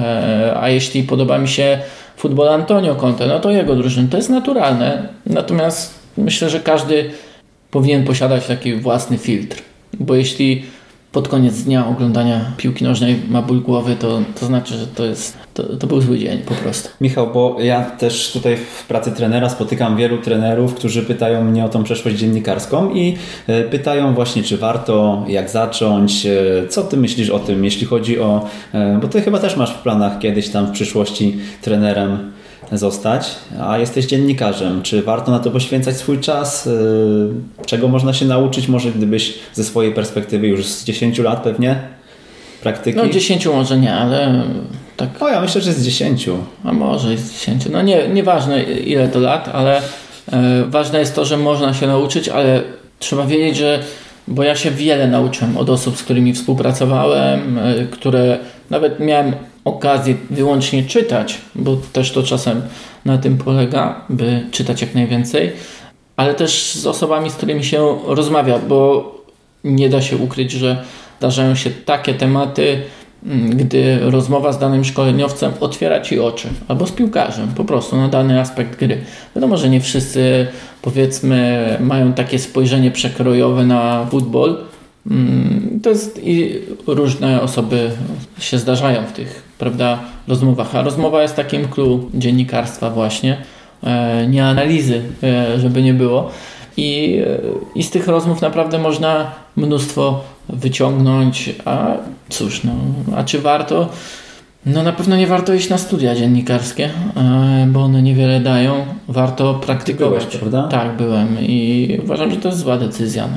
a jeśli podoba mi się futbol Antonio Conte, no to jego drużyny, to jest naturalne, natomiast myślę, że każdy powinien posiadać taki własny filtr, bo jeśli pod koniec dnia oglądania piłki nożnej ma ból głowy, to znaczy, że to był zły dzień po prostu. Michał, bo ja też tutaj w pracy trenera spotykam wielu trenerów, którzy pytają mnie o tą przeszłość dziennikarską i pytają właśnie, czy warto, jak zacząć, co ty myślisz o tym, jeśli chodzi o, bo ty chyba też masz w planach kiedyś tam w przyszłości trenerem zostać, a jesteś dziennikarzem. Czy warto na to poświęcać swój czas? Czego można się nauczyć? Może gdybyś ze swojej perspektywy już z 10 lat pewnie praktyki? No 10 może nie, ale tak. O, ja myślę, że z 10. A może z 10. No nieważne ile to lat, ale ważne jest to, że można się nauczyć, ale trzeba wiedzieć, że bo ja się wiele nauczyłem od osób, z którymi współpracowałem, które nawet miałem okazję wyłącznie czytać, bo też to czasem na tym polega, by czytać jak najwięcej, ale też z osobami, z którymi się rozmawia, bo nie da się ukryć, że zdarzają się takie tematy, gdy rozmowa z danym szkoleniowcem otwiera ci oczy, albo z piłkarzem po prostu na dany aspekt gry. Wiadomo, że nie wszyscy powiedzmy mają takie spojrzenie przekrojowe na futbol. To jest i różne osoby się zdarzają w tych, prawda, rozmowach, a rozmowa jest takim clue dziennikarstwa właśnie, nie analizy, żeby nie było. I z tych rozmów naprawdę można mnóstwo wyciągnąć, a cóż, a czy warto? No na pewno nie warto iść na studia dziennikarskie, bo one niewiele dają. Warto praktykować. Byłeś, prawda? Tak, byłem i uważam, że to jest zła decyzja.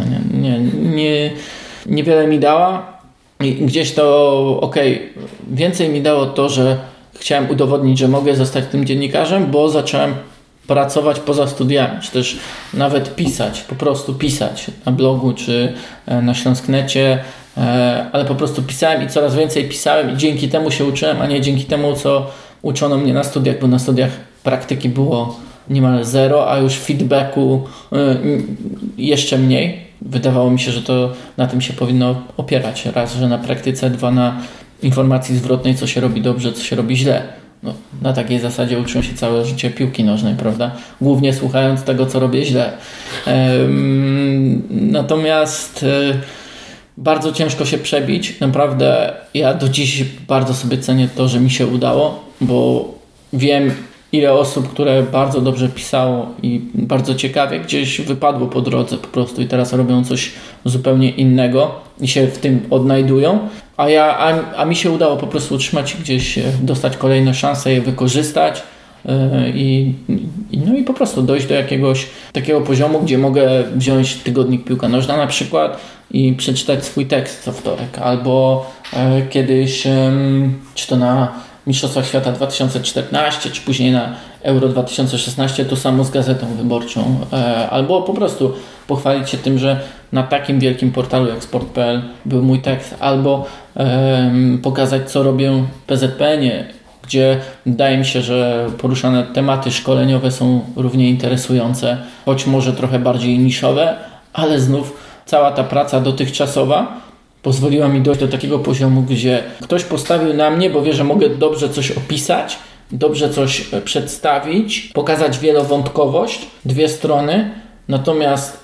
Niewiele mi dała i gdzieś to więcej mi dało to, że chciałem udowodnić, że mogę zostać tym dziennikarzem, bo zacząłem pracować poza studiami, czy też nawet pisać, po prostu pisać na blogu, czy na Śląsknecie, ale po prostu pisałem i coraz więcej pisałem i dzięki temu się uczyłem, a nie dzięki temu, co uczono mnie na studiach, bo na studiach praktyki było niemal zero, a już feedbacku jeszcze mniej. Wydawało mi się, że to na tym się powinno opierać. Raz, że na praktyce, dwa na informacji zwrotnej, co się robi dobrze, co się robi źle. No, na takiej zasadzie uczyłem się całe życie piłki nożnej, prawda? Głównie słuchając tego, co robię źle. Natomiast bardzo ciężko się przebić. Naprawdę ja do dziś bardzo sobie cenię to, że mi się udało, bo wiem, ile osób, które bardzo dobrze pisało i bardzo ciekawie gdzieś wypadło po drodze po prostu i teraz robią coś zupełnie innego i się w tym odnajdują, a mi się udało po prostu utrzymać gdzieś, dostać kolejne szanse, je wykorzystać i po prostu dojść do jakiegoś takiego poziomu, gdzie mogę wziąć tygodnik Piłka Nożna na przykład i przeczytać swój tekst co wtorek, albo kiedyś czy to na Mistrzostwach Świata 2014, czy później na Euro 2016, to samo z Gazetą Wyborczą, albo po prostu pochwalić się tym, że na takim wielkim portalu jak sport.pl był mój tekst, albo pokazać, co robię w PZPN-ie, gdzie wydaje mi się, że poruszane tematy szkoleniowe są równie interesujące, choć może trochę bardziej niszowe, ale znów cała ta praca dotychczasowa pozwoliła mi dojść do takiego poziomu, gdzie ktoś postawił na mnie, bo wie, że mogę dobrze coś opisać, dobrze coś przedstawić, pokazać wielowątkowość, dwie strony, natomiast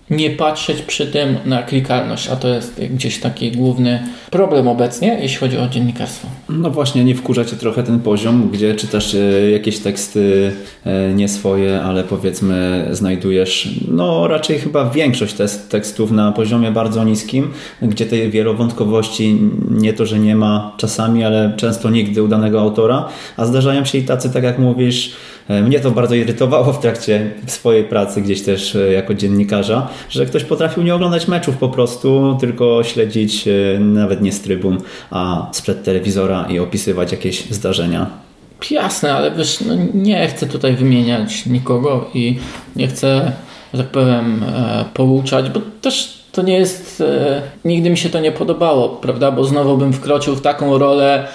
nie patrzeć przy tym na klikalność, a to jest gdzieś taki główny problem obecnie, jeśli chodzi o dziennikarstwo. No właśnie, nie wkurza cię trochę ten poziom, gdzie czytasz jakieś teksty nie swoje, ale powiedzmy znajdujesz raczej chyba większość tekstów na poziomie bardzo niskim, gdzie tej wielowątkowości nie to, że nie ma czasami, ale często nigdy u danego autora, a zdarzają się i tacy, tak jak mówisz, mnie to bardzo irytowało w trakcie swojej pracy gdzieś też jako dziennikarza, że ktoś potrafił nie oglądać meczów po prostu, tylko śledzić nawet nie z trybun, a sprzed telewizora i opisywać jakieś zdarzenia. Jasne, ale wiesz, nie chcę tutaj wymieniać nikogo i nie chcę, że tak powiem, pouczać, bo też to nie jest, nigdy mi się to nie podobało, prawda, bo znowu bym wkroczył w taką rolę,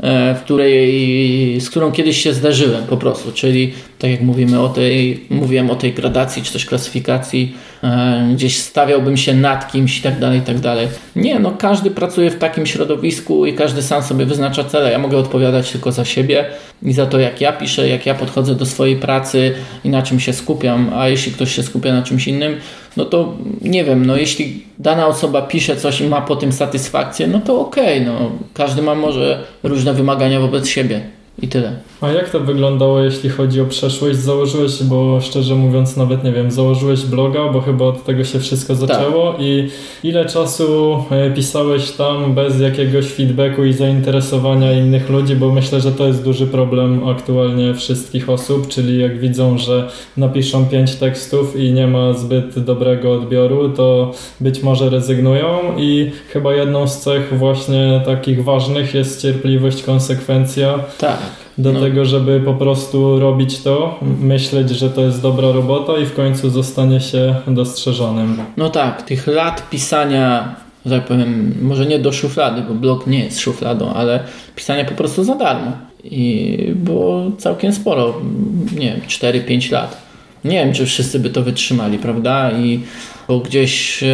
z którą kiedyś się zderzyłem po prostu, czyli tak jak mówiłem o tej gradacji czy też klasyfikacji, gdzieś stawiałbym się nad kimś i tak dalej. Nie, każdy pracuje w takim środowisku i każdy sam sobie wyznacza cele. Ja mogę odpowiadać tylko za siebie i za to, jak ja piszę, jak ja podchodzę do swojej pracy i na czym się skupiam, a jeśli ktoś się skupia na czymś innym, no to nie wiem, jeśli dana osoba pisze coś i ma po tym satysfakcję, no to okej, każdy ma może różne wymagania wobec siebie. I tyle. A jak to wyglądało, jeśli chodzi o przeszłość? Założyłeś, bo szczerze mówiąc nawet nie wiem, założyłeś bloga, bo chyba od tego się wszystko zaczęło. Tak. I ile czasu pisałeś tam bez jakiegoś feedbacku i zainteresowania innych ludzi, bo myślę, że to jest duży problem aktualnie wszystkich osób, czyli jak widzą, że napiszą 5 tekstów i nie ma zbyt dobrego odbioru, to być może rezygnują i chyba jedną z cech właśnie takich ważnych jest cierpliwość, konsekwencja. Tak. Do tego, żeby po prostu robić to, myśleć, że to jest dobra robota i w końcu zostanie się dostrzeżonym. No tak, tych lat pisania, że tak powiem, może nie do szuflady, bo blog nie jest szufladą, ale pisania po prostu za darmo. I było całkiem sporo, nie wiem, 4-5 lat. Nie wiem, czy wszyscy by to wytrzymali, prawda? Bo gdzieś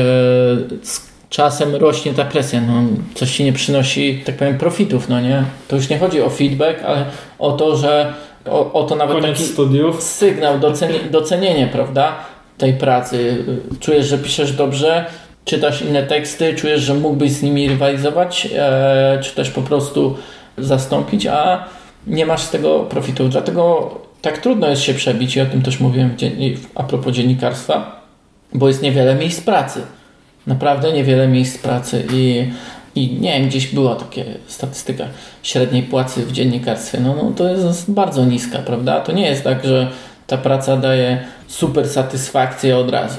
czasem rośnie ta presja, coś ci nie przynosi, tak powiem, profitów, nie? To już nie chodzi o feedback, ale o to, że o to nawet koniec taki studiów. Sygnał, docenienie, prawda, tej pracy. Czujesz, że piszesz dobrze, czytasz inne teksty, czujesz, że mógłbyś z nimi rywalizować, czy też po prostu zastąpić, a nie masz z tego profitu. Dlatego tak trudno jest się przebić i o tym też mówiłem a propos dziennikarstwa, bo jest niewiele miejsc pracy. Naprawdę niewiele miejsc pracy i nie wiem, gdzieś była taka statystyka średniej płacy w dziennikarstwie. To jest bardzo niska, prawda? To nie jest tak, że ta praca daje super satysfakcję od razu.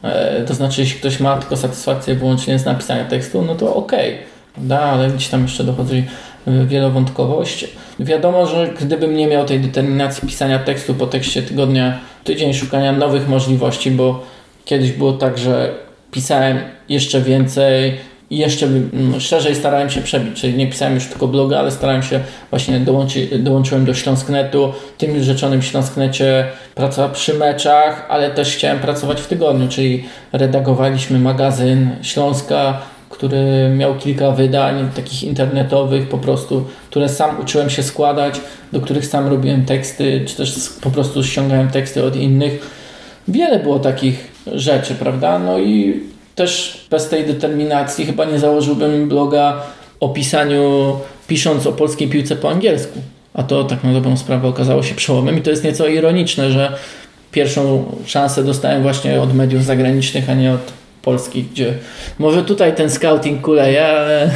To znaczy, jeśli ktoś ma tylko satysfakcję wyłącznie z napisania tekstu, no to okej, prawda? Ale gdzieś tam jeszcze dochodzi wielowątkowość. Wiadomo, że gdybym nie miał tej determinacji pisania tekstu po tekście tygodnia, tydzień szukania nowych możliwości, bo kiedyś było tak, że pisałem jeszcze więcej i jeszcze szerzej starałem się przebić, czyli nie pisałem już tylko bloga, ale starałem się właśnie dołączyłem do Śląsknetu, tym rzeczonym Śląsknecie praca przy meczach, ale też chciałem pracować w tygodniu, czyli redagowaliśmy magazyn Śląska, który miał kilka wydań takich internetowych po prostu, które sam uczyłem się składać, do których sam robiłem teksty, czy też po prostu ściągałem teksty od innych. Wiele było takich rzeczy, prawda? I też bez tej determinacji chyba nie założyłbym bloga o pisaniu, pisząc o polskiej piłce po angielsku. A to tak na dobrą sprawę okazało się przełomem i to jest nieco ironiczne, że pierwszą szansę dostałem właśnie od mediów zagranicznych, a nie od polskich, gdzie może tutaj ten scouting kuleje, ale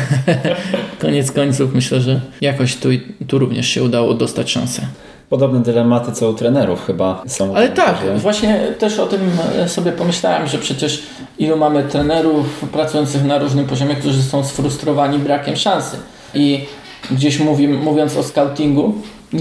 koniec końców myślę, że jakoś tu również się udało dostać szansę. Podobne dylematy co u trenerów chyba są. Ale tak, właśnie też o tym sobie pomyślałem, że przecież ilu mamy trenerów pracujących na różnym poziomie, którzy są sfrustrowani brakiem szansy. I gdzieś mówiąc o scoutingu,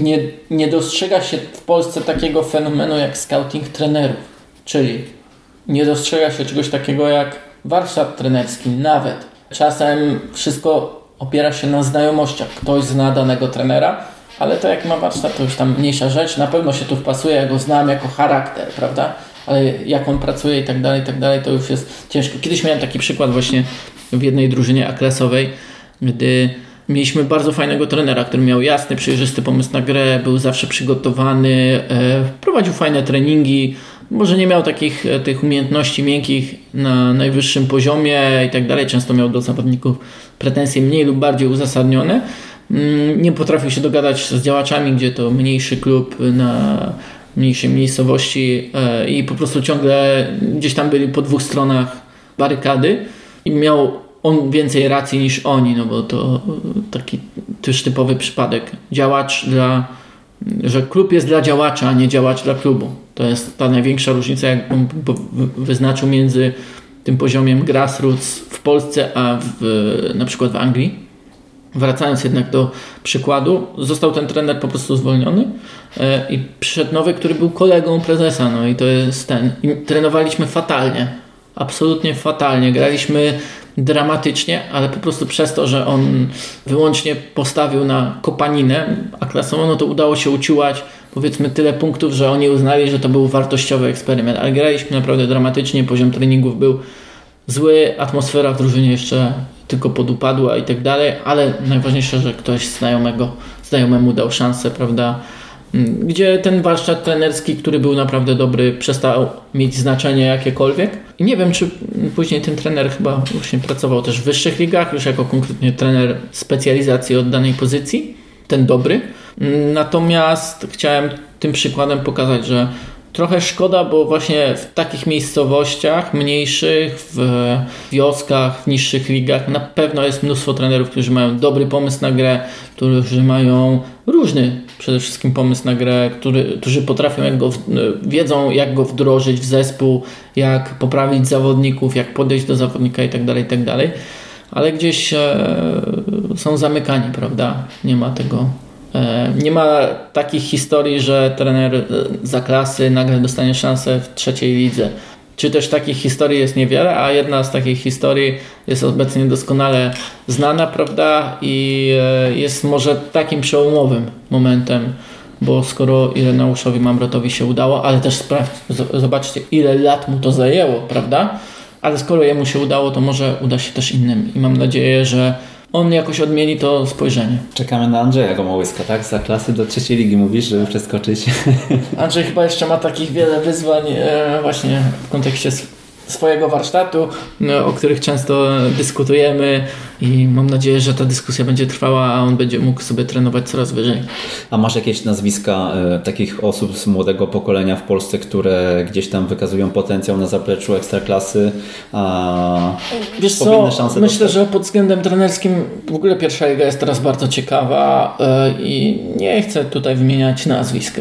nie dostrzega się w Polsce takiego fenomenu jak scouting trenerów. Czyli nie dostrzega się czegoś takiego jak warsztat trenerski nawet. Czasem wszystko opiera się na znajomościach. Ktoś zna danego trenera, ale to jak ma warsztat, to już tam mniejsza rzecz. Na pewno się tu wpasuje, ja go znam jako charakter, prawda? Ale jak on pracuje i tak dalej, to już jest ciężko. Kiedyś miałem taki przykład właśnie w jednej drużynie aklesowej, gdy mieliśmy bardzo fajnego trenera, który miał jasny, przejrzysty pomysł na grę, był zawsze przygotowany, prowadził fajne treningi, może nie miał tych umiejętności miękkich na najwyższym poziomie i tak dalej. Często miał do zawodników pretensje mniej lub bardziej uzasadnione. Nie potrafił się dogadać z działaczami, gdzie to mniejszy klub na mniejszej miejscowości i po prostu ciągle gdzieś tam byli po dwóch stronach barykady i miał on więcej racji niż oni, no bo to taki też typowy przypadek. Że klub jest dla działacza, a nie działacz dla klubu. To jest ta największa różnica, jaką wyznaczył między tym poziomem grassroots w Polsce, a na przykład w Anglii. Wracając jednak do przykładu, został ten trener po prostu zwolniony i przyszedł nowy, który był kolegą prezesa, no i to jest ten. I trenowaliśmy fatalnie, absolutnie fatalnie. Graliśmy dramatycznie, ale po prostu przez to, że on wyłącznie postawił na kopaninę A-klasową, no to udało się uciułać powiedzmy tyle punktów, że oni uznali, że to był wartościowy eksperyment, ale graliśmy naprawdę dramatycznie, poziom treningów był zły, atmosfera w drużynie jeszcze tylko podupadła i tak dalej, ale najważniejsze, że ktoś znajomemu dał szansę, prawda, gdzie ten warsztat trenerski, który był naprawdę dobry, przestał mieć znaczenie jakiekolwiek. I nie wiem, czy później ten trener chyba właśnie pracował też w wyższych ligach, już jako konkretnie trener specjalizacji od danej pozycji, ten dobry. Natomiast chciałem tym przykładem pokazać, że trochę szkoda, bo właśnie w takich miejscowościach mniejszych, w wioskach, w niższych ligach na pewno jest mnóstwo trenerów, którzy mają dobry pomysł na grę, którzy mają różny przede wszystkim pomysł na grę, którzy potrafią, wiedzą jak go wdrożyć w zespół, jak poprawić zawodników, jak podejść do zawodnika itd., ale gdzieś są zamykani, prawda? Nie ma tego. Nie ma takich historii, że trener z A-klasy nagle dostanie szansę w trzeciej lidze. Czy też takich historii jest niewiele, a jedna z takich historii jest obecnie doskonale znana, prawda? I jest może takim przełomowym momentem, bo skoro Ireneuszowi Mamrotowi się udało, ale też zobaczcie, ile lat mu to zajęło, prawda? Ale skoro jemu się udało, to może uda się też innym. I mam nadzieję, że on jakoś odmieni to spojrzenie. Czekamy na Andrzeja Gomołyska, tak? Za klasy do trzeciej ligi mówisz, żeby przeskoczyć. Andrzej chyba jeszcze ma takich wiele wyzwań właśnie w kontekście swojego warsztatu, o których często dyskutujemy i mam nadzieję, że ta dyskusja będzie trwała, a on będzie mógł sobie trenować coraz wyżej. A masz jakieś nazwiska takich osób z młodego pokolenia w Polsce, które gdzieś tam wykazują potencjał na zapleczu ekstraklasy, a wiesz co, myślę, że pod względem trenerskim w ogóle pierwsza liga jest teraz bardzo ciekawa i nie chcę tutaj wymieniać nazwisk,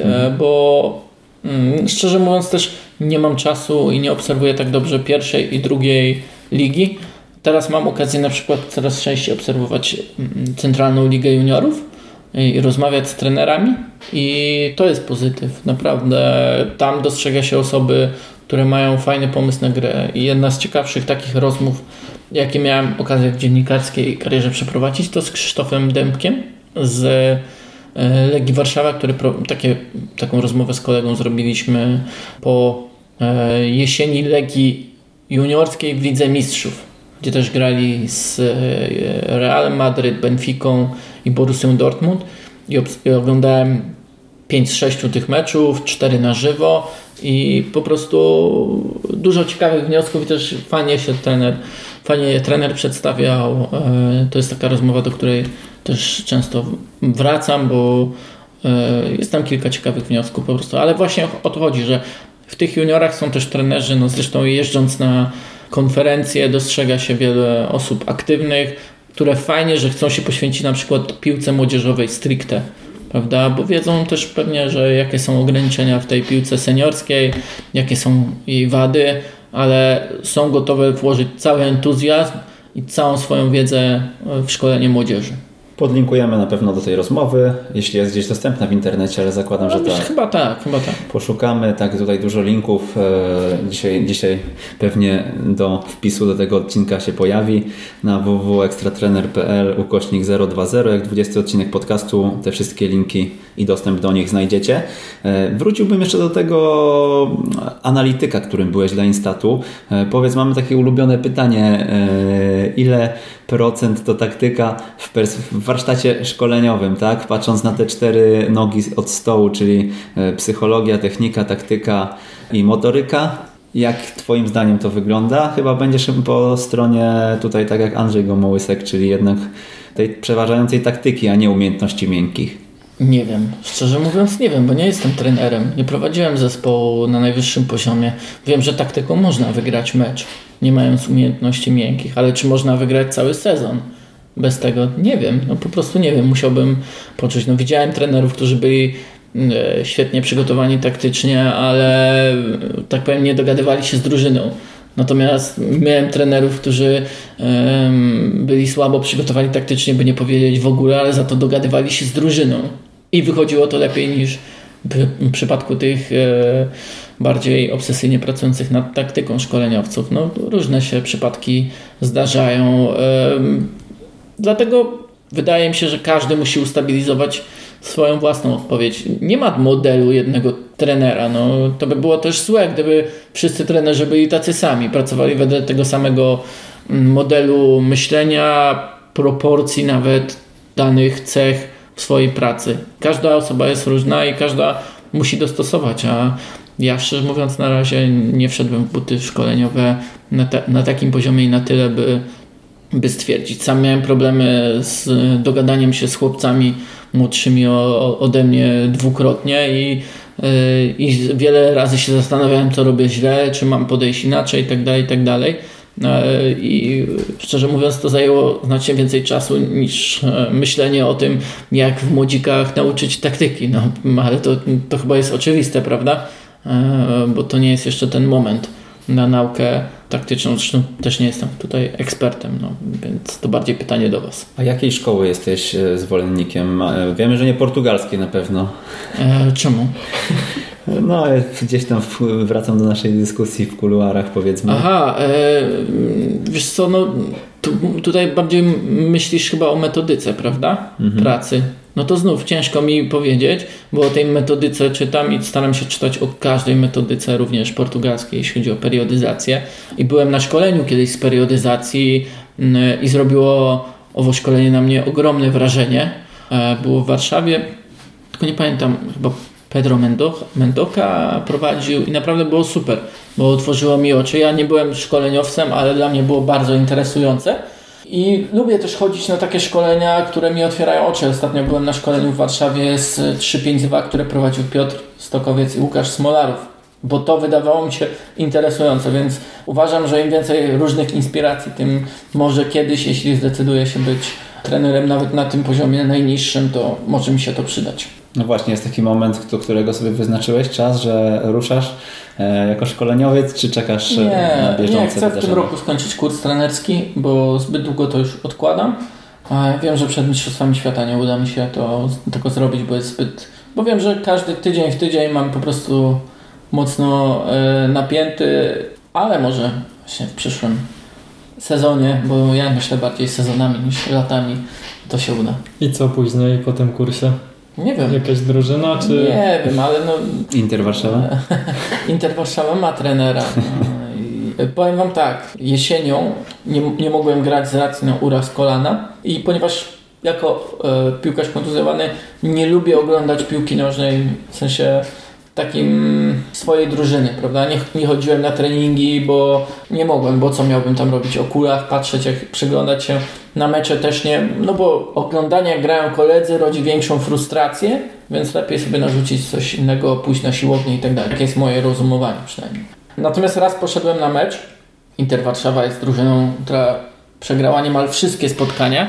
bo szczerze mówiąc też nie mam czasu i nie obserwuję tak dobrze pierwszej i drugiej ligi. Teraz mam okazję na przykład coraz częściej obserwować Centralną Ligę Juniorów i rozmawiać z trenerami i to jest pozytyw. Naprawdę tam dostrzega się osoby, które mają fajny pomysł na grę i jedna z ciekawszych takich rozmów, jakie miałem okazję w dziennikarskiej karierze przeprowadzić, to z Krzysztofem Dębkiem z Legii Warszawa, taką rozmowę z kolegą zrobiliśmy po jesieni Legii Juniorskiej w Lidze Mistrzów, gdzie też grali z Realem Madryt, Benficą i Borussią Dortmund i oglądałem 5-6 tych meczów, 4 na żywo i po prostu dużo ciekawych wniosków i też fajnie trener przedstawiał. To jest taka rozmowa, do której też często wracam, bo jest tam kilka ciekawych wniosków po prostu, ale właśnie o to chodzi, że w tych juniorach są też trenerzy, no zresztą jeżdżąc na konferencje dostrzega się wiele osób aktywnych, które fajnie, że chcą się poświęcić na przykład piłce młodzieżowej stricte, prawda, bo wiedzą też pewnie, że jakie są ograniczenia w tej piłce seniorskiej, jakie są jej wady, ale są gotowe włożyć cały entuzjazm i całą swoją wiedzę w szkolenie młodzieży. Podlinkujemy na pewno do tej rozmowy, jeśli jest gdzieś dostępna w internecie, ale zakładam, że tak. Chyba tak. Poszukamy, tak, tutaj dużo linków. Dzisiaj pewnie do wpisu do tego odcinka się pojawi na www.extratrener.pl/020. Jak 20 odcinek podcastu, te wszystkie linki i dostęp do nich znajdziecie. Wróciłbym jeszcze do tego analityka, którym byłeś dla Instatu. Powiedz, mamy takie ulubione pytanie, ile to taktyka w warsztacie szkoleniowym, tak? Patrząc na te 4 nogi od stołu, czyli psychologia, technika, taktyka i motoryka. Jak twoim zdaniem to wygląda? Chyba będziesz po stronie tutaj tak jak Andrzej Gomołysek, czyli jednak tej przeważającej taktyki, a nie umiejętności miękkich. Nie wiem, szczerze mówiąc nie wiem, bo nie jestem trenerem. Nie prowadziłem zespołu na najwyższym poziomie. Wiem, że taktyką można wygrać mecz, nie mając umiejętności miękkich, ale czy można wygrać cały sezon? Bez tego nie wiem, po prostu nie wiem, musiałbym poczuć. Widziałem trenerów, którzy byli świetnie przygotowani taktycznie, ale tak powiem nie dogadywali się z drużyną. Natomiast miałem trenerów, którzy byli słabo przygotowani taktycznie, by nie powiedzieć w ogóle, ale za to dogadywali się z drużyną. I wychodziło to lepiej niż w przypadku tych bardziej obsesyjnie pracujących nad taktyką szkoleniowców. Różne się przypadki zdarzają. Dlatego wydaje mi się, że każdy musi ustabilizować swoją własną odpowiedź. Nie ma modelu jednego trenera. To by było też złe, gdyby wszyscy trenerzy byli tacy sami. Pracowali wedle tego samego modelu myślenia, proporcji nawet danych cech w swojej pracy. Każda osoba jest różna i każda musi dostosować, a ja szczerze mówiąc na razie nie wszedłem w buty szkoleniowe na takim poziomie i na tyle, by stwierdzić. Sam miałem problemy z dogadaniem się z chłopcami młodszymi ode mnie dwukrotnie i wiele razy się zastanawiałem, co robię źle, czy mam podejść inaczej i tak dalej. I szczerze mówiąc to zajęło znacznie więcej czasu niż myślenie o tym, jak w młodzikach nauczyć taktyki. Ale to chyba jest oczywiste, prawda? Bo to nie jest jeszcze ten moment na naukę taktyczną. Zresztą też nie jestem tutaj ekspertem, więc to bardziej pytanie do Was. A jakiej szkoły jesteś zwolennikiem? Wiemy, że nie portugalskiej na pewno. Czemu? Gdzieś tam wracam do naszej dyskusji w kuluarach, powiedzmy. Aha, wiesz co, tutaj bardziej myślisz chyba o metodyce, prawda? Pracy. To znów ciężko mi powiedzieć, bo o tej metodyce czytam i staram się czytać o każdej metodyce, również portugalskiej, jeśli chodzi o periodyzację. I byłem na szkoleniu kiedyś z periodyzacji i zrobiło owo szkolenie na mnie ogromne wrażenie. Było w Warszawie, tylko nie pamiętam, chyba Pedro Mendoca prowadził i naprawdę było super, bo otworzyło mi oczy. Ja nie byłem szkoleniowcem, ale dla mnie było bardzo interesujące. I lubię też chodzić na takie szkolenia, które mi otwierają oczy. Ostatnio byłem na szkoleniu w Warszawie z 352, które prowadził Piotr Stokowiec i Łukasz Smolarów, bo to wydawało mi się interesujące, więc uważam, że im więcej różnych inspiracji, tym może kiedyś, jeśli zdecyduję się być trenerem nawet na tym poziomie najniższym, to może mi się to przydać. Właśnie, jest taki moment, do którego sobie wyznaczyłeś czas, że ruszasz jako szkoleniowiec, czy czekasz na bieżące wydarzenia? Nie, chcę w tym roku skończyć kurs trenerski, bo zbyt długo to już odkładam. Wiem, że przed Mistrzostwami Świata nie uda mi się tego zrobić, bo jest zbyt... Bo wiem, że każdy tydzień w tydzień mam po prostu mocno napięty, ale może właśnie w przyszłym sezonie, bo ja myślę bardziej sezonami niż latami, to się uda. I co później po tym kursie? Nie wiem. Jakaś drużyna, czy... Nie wiem, ale Inter Warszawa? Inter Warszawa ma trenera. Powiem Wam tak, jesienią nie mogłem grać z racji na uraz kolana i ponieważ jako piłkarz kontuzjowany nie lubię oglądać piłki nożnej, w sensie takim swojej drużyny, prawda? Nie chodziłem na treningi, bo nie mogłem, bo co miałbym tam robić? O kulach patrzeć, przyglądać się na mecze też nie, bo oglądanie jak grają koledzy rodzi większą frustrację, więc lepiej sobie narzucić coś innego, pójść na siłownię i tak dalej. Takie jest moje rozumowanie przynajmniej. Natomiast raz poszedłem na mecz. Inter Warszawa jest drużyną, która przegrała niemal wszystkie spotkania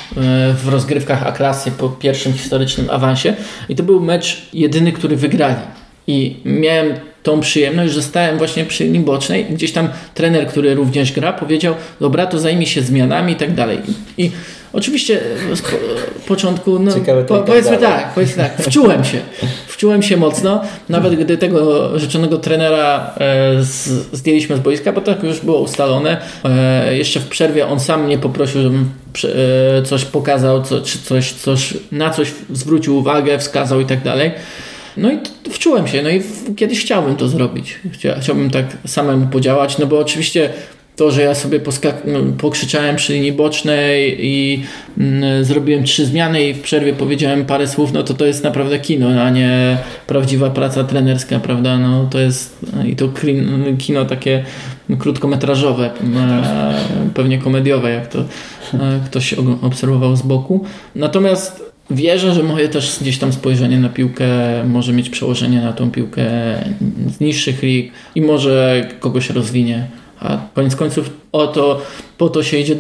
w rozgrywkach A-klasy po pierwszym historycznym awansie i to był mecz jedyny, który wygrali. I miałem tą przyjemność, że stałem właśnie przy linii bocznej i gdzieś tam trener, który również gra, powiedział, dobra, to zajmij się zmianami i tak dalej. I oczywiście z początku, powiedzmy tak, wczułem się mocno, nawet gdy tego rzeczonego trenera zdjęliśmy z boiska, bo tak już było ustalone. Jeszcze w przerwie on sam mnie poprosił, żebym coś pokazał, na coś zwrócił uwagę, wskazał i tak dalej. No i wczułem się, i kiedyś chciałbym to zrobić. Chciałbym tak samemu podziałać, bo oczywiście to, że ja sobie pokrzyczałem przy linii bocznej i zrobiłem 3 zmiany i w przerwie powiedziałem parę słów, no to jest naprawdę kino, a nie prawdziwa praca trenerska, prawda? No to jest i to kino takie krótkometrażowe, pewnie komediowe, jak to ktoś obserwował z boku. Natomiast wierzę, że moje też gdzieś tam spojrzenie na piłkę może mieć przełożenie na tą piłkę z niższych lig i może kogoś rozwinie. A koniec końców po to się idzie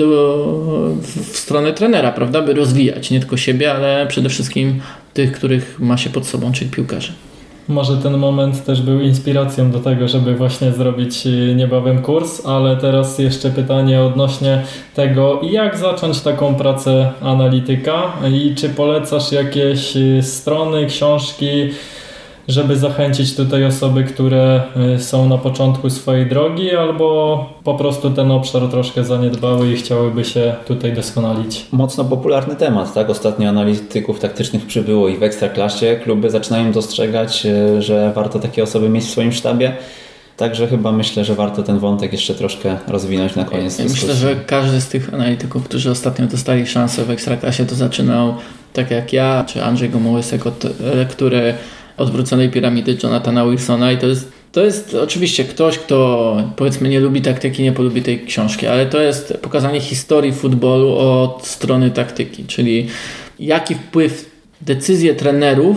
w stronę trenera, prawda? By rozwijać nie tylko siebie, ale przede wszystkim tych, których ma się pod sobą, czyli piłkarzy. Może ten moment też był inspiracją do tego, żeby właśnie zrobić niebawem kurs, ale teraz jeszcze pytanie odnośnie tego, jak zacząć taką pracę analityka i czy polecasz jakieś strony, książki, żeby zachęcić tutaj osoby, które są na początku swojej drogi albo po prostu ten obszar troszkę zaniedbały i chciałyby się tutaj doskonalić. Mocno popularny temat, tak? Ostatnio analityków taktycznych przybyło i w Ekstraklasie. Kluby zaczynają dostrzegać, że warto takie osoby mieć w swoim sztabie. Także chyba myślę, że warto ten wątek jeszcze troszkę rozwinąć na koniec dyskusji. Myślę, że każdy z tych analityków, którzy ostatnio dostali szansę w Ekstraklasie, to zaczynał tak jak ja, czy Andrzej Gomołysek od lektury Odwróconej piramidy Jonathana Wilsona i to jest oczywiście ktoś, kto powiedzmy nie lubi taktyki, nie polubi tej książki, ale to jest pokazanie historii futbolu od strony taktyki, czyli jaki wpływ decyzje trenerów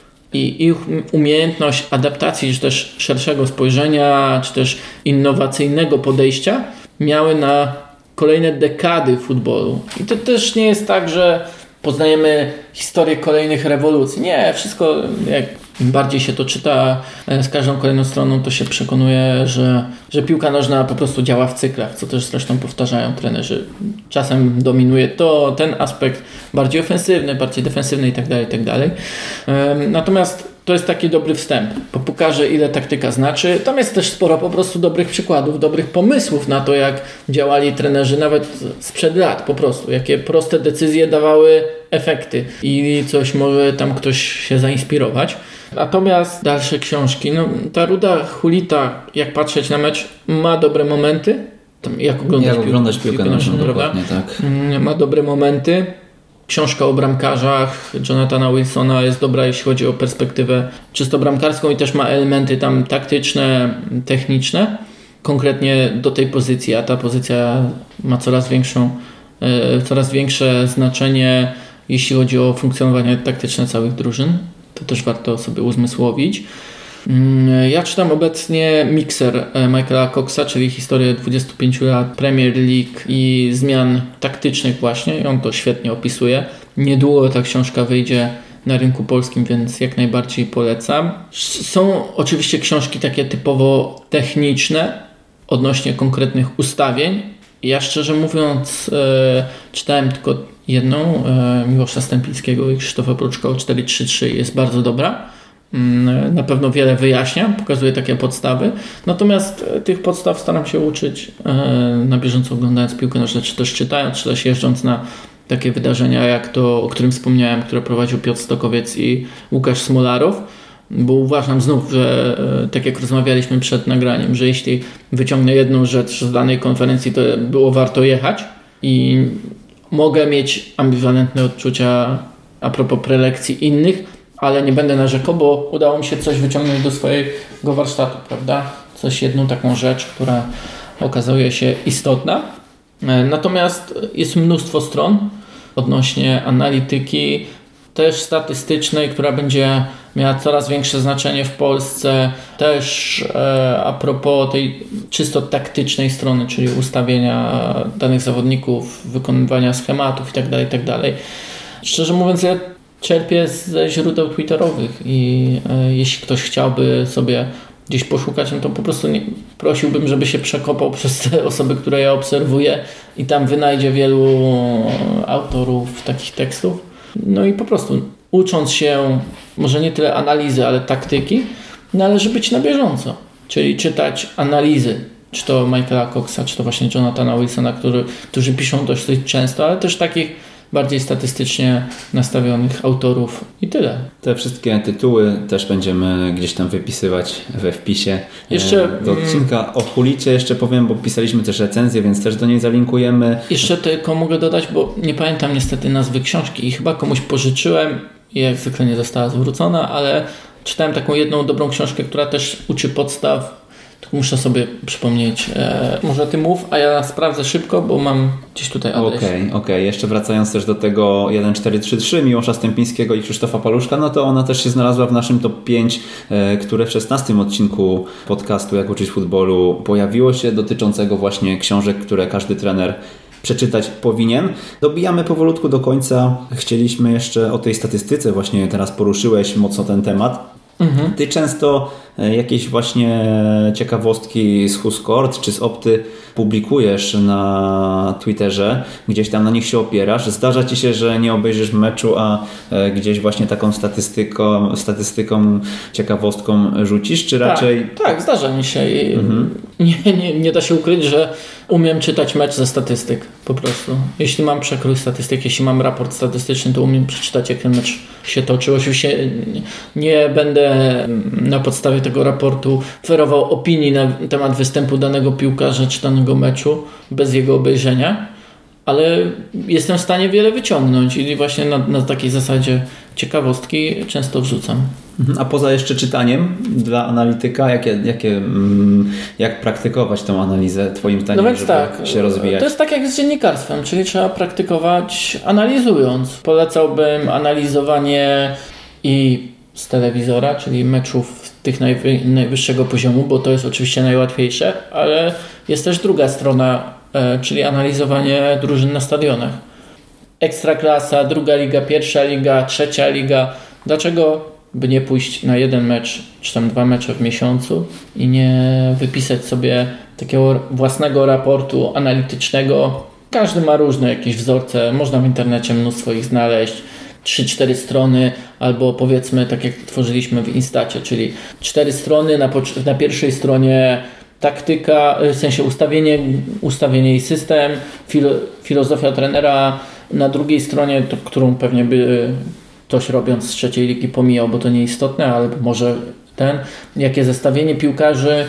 i ich umiejętność adaptacji, czy też szerszego spojrzenia, czy też innowacyjnego podejścia miały na kolejne dekady futbolu. I to też nie jest tak, że poznajemy historię kolejnych rewolucji. Nie, wszystko jak im bardziej się to czyta z każdą kolejną stroną, to się przekonuje, że piłka nożna po prostu działa w cyklach, co też zresztą powtarzają trenerzy. Czasem dominuje ten aspekt bardziej ofensywny, bardziej defensywny itd. Natomiast to jest taki dobry wstęp, bo pokaże, ile taktyka znaczy. Tam jest też sporo po prostu dobrych przykładów, dobrych pomysłów na to, jak działali trenerzy nawet sprzed lat po prostu. Jakie proste decyzje dawały efekty i coś może tam ktoś się zainspirować. Natomiast dalsze książki, ta Ruda Hulita, jak patrzeć na mecz, ma dobre momenty. Jak oglądać piłkę nożną, prawda? Tak. Ma dobre momenty. Książka o bramkarzach Jonathana Wilsona jest dobra, jeśli chodzi o perspektywę czysto bramkarską i też ma elementy tam taktyczne, techniczne, konkretnie do tej pozycji, a ta pozycja ma coraz większe znaczenie, jeśli chodzi o funkcjonowanie taktyczne całych drużyn. To też warto sobie uzmysłowić. Ja czytam obecnie Mixer Michaela Coxa, czyli historię 25 lat Premier League i zmian taktycznych właśnie i on to świetnie opisuje. Niedługo ta książka wyjdzie na rynku polskim, więc jak najbardziej polecam. Są oczywiście książki takie typowo techniczne odnośnie konkretnych ustawień. Ja szczerze mówiąc czytałem tylko jedną Miłosza Stępińskiego i Krzysztofa Pruczka o 4-3-3, jest bardzo dobra. Na pewno wiele wyjaśnia, pokazuje takie podstawy. Natomiast tych podstaw staram się uczyć na bieżąco, oglądając piłkę nożną, czy też czytając, czy też jeżdżąc na takie wydarzenia jak to, o którym wspomniałem, które prowadził Piotr Stokowiec i Łukasz Smolarow, bo uważam znów, że tak jak rozmawialiśmy przed nagraniem, że jeśli wyciągnę jedną rzecz z danej konferencji, to było warto jechać i mogę mieć ambiwalentne odczucia a propos prelekcji innych, ale nie będę narzekał, bo udało mi się coś wyciągnąć do swojego warsztatu, prawda? Jedną taką rzecz, która okazuje się istotna. Natomiast jest mnóstwo stron odnośnie analityki, też statystycznej, która będzie miała coraz większe znaczenie w Polsce, też a propos tej czysto taktycznej strony, czyli ustawienia danych zawodników, wykonywania schematów itd. Szczerze mówiąc, ja czerpię ze źródeł twitterowych i jeśli ktoś chciałby sobie gdzieś poszukać, no to po prostu prosiłbym, żeby się przekopał przez te osoby, które ja obserwuję i tam wynajdzie wielu autorów takich tekstów. No i po prostu ucząc się, może nie tyle analizy, ale taktyki, należy być na bieżąco. Czyli czytać analizy, czy to Michaela Coxa, czy to właśnie Jonathana Wilsona, którzy piszą dość często, ale też takich bardziej statystycznie nastawionych autorów i tyle. Te wszystkie tytuły też będziemy gdzieś tam wypisywać we wpisie jeszcze do odcinka. O Hulicie jeszcze powiem, bo pisaliśmy też recenzję, więc też do niej zalinkujemy. Jeszcze tylko mogę dodać, bo nie pamiętam niestety nazwy książki i chyba komuś pożyczyłem i jak zwykle nie została zwrócona, ale czytałem taką jedną dobrą książkę, która też uczy podstaw. Muszę sobie przypomnieć. Może ty mów, a ja sprawdzę szybko, bo mam gdzieś tutaj adres. Okej. Jeszcze wracając też do tego 1433 Miłosza Stępińskiego i Krzysztofa Paluszka, no to ona też się znalazła w naszym top 5, które w 16 odcinku podcastu Jak uczyć futbolu pojawiło się, dotyczącego właśnie książek, które każdy trener przeczytać powinien. Dobijamy powolutku do końca. Chcieliśmy jeszcze o tej statystyce, właśnie teraz poruszyłeś mocno ten temat. Ty często jakieś właśnie ciekawostki z WhoScored czy z Opty publikujesz na Twitterze, gdzieś tam na nich się opierasz. Zdarza ci się, że nie obejrzysz meczu, a gdzieś właśnie taką statystyką, ciekawostką rzucisz, czy raczej... Tak, zdarza mi się i nie da się ukryć, że umiem czytać mecz ze statystyk po prostu. Jeśli mam przekrój statystyk, jeśli mam raport statystyczny, to umiem przeczytać, jak ten mecz się toczył. Oczywiście nie będę na podstawie tego raportu oferował opinii na temat występu danego piłkarza czy danego meczu bez jego obejrzenia, ale jestem w stanie wiele wyciągnąć i właśnie na takiej zasadzie ciekawostki często wrzucam. A poza jeszcze czytaniem dla analityka, jak praktykować tą analizę twoim zdaniem, więc żeby się rozwijać? To jest tak jak z dziennikarstwem, czyli trzeba praktykować analizując. Polecałbym analizowanie i z telewizora, czyli meczów tych najwyższego poziomu, bo to jest oczywiście najłatwiejsze, ale jest też druga strona, czyli analizowanie drużyn na stadionach. Ekstraklasa, druga liga, pierwsza liga, trzecia liga. Dlaczego by nie pójść na jeden mecz, czy tam 2 mecze w miesiącu i nie wypisać sobie takiego własnego raportu analitycznego? Każdy ma różne jakieś wzorce, można w internecie mnóstwo ich znaleźć. 3-4 strony, albo powiedzmy tak jak tworzyliśmy w Instacie, czyli 4 strony, na pierwszej stronie taktyka, w sensie ustawienie i system, filozofia trenera, na drugiej stronie, którą pewnie by ktoś robiąc z trzeciej ligi pomijał, bo to nieistotne, ale może jakie zestawienie piłkarzy,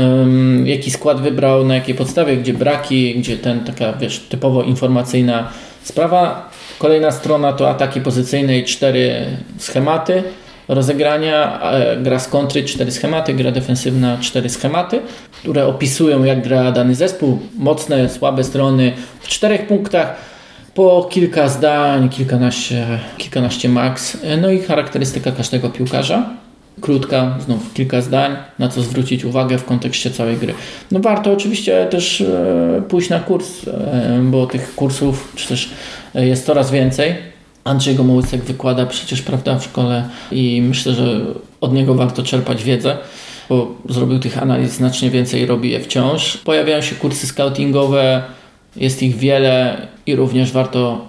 jaki skład wybrał, na jakiej podstawie, gdzie braki, gdzie taka typowo informacyjna sprawa. Kolejna strona to ataki pozycyjne i 4 schematy rozegrania, gra z kontry 4 schematy, gra defensywna 4 schematy, które opisują jak gra dany zespół, mocne, słabe strony w 4 punktach, po kilka zdań, kilkanaście max, no i charakterystyka każdego piłkarza. Krótka, znów kilka zdań, na co zwrócić uwagę w kontekście całej gry. No warto oczywiście też pójść na kurs, bo tych kursów czy też jest coraz więcej. Andrzej Gomołysek wykłada przecież, prawda, w szkole i myślę, że od niego warto czerpać wiedzę, bo zrobił tych analiz znacznie więcej i robi je wciąż. Pojawiają się kursy scoutingowe, jest ich wiele i również warto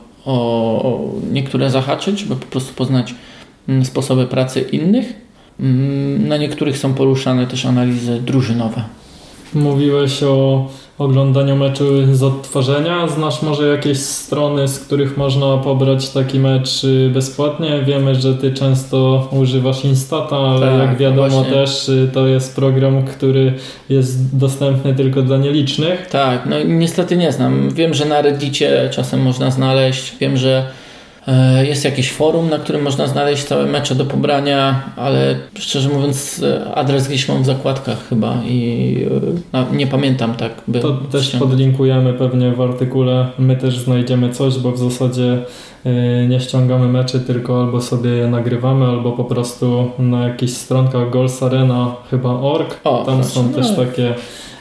o niektóre zahaczyć, żeby po prostu poznać sposoby pracy innych. Na niektórych są poruszane też analizy drużynowe. Mówiłeś o oglądaniu meczu z odtworzenia. Znasz może jakieś strony, z których można pobrać taki mecz bezpłatnie? Wiemy, że ty często używasz Instata, ale tak, jak wiadomo właśnie. Też to jest program, który jest dostępny tylko dla nielicznych. Tak, no niestety nie znam. Wiem, że na Reddicie czasem można znaleźć. Wiem, że jest jakieś forum, na którym można znaleźć całe mecze do pobrania, ale szczerze mówiąc adres gdzieś mam w zakładkach chyba i nie pamiętam tak. To też podlinkujemy pewnie w artykule. My też znajdziemy coś, bo w zasadzie nie ściągamy meczy, tylko albo sobie je nagrywamy, albo po prostu na jakichś stronkach Goalsarena chyba.org. Tam są też takie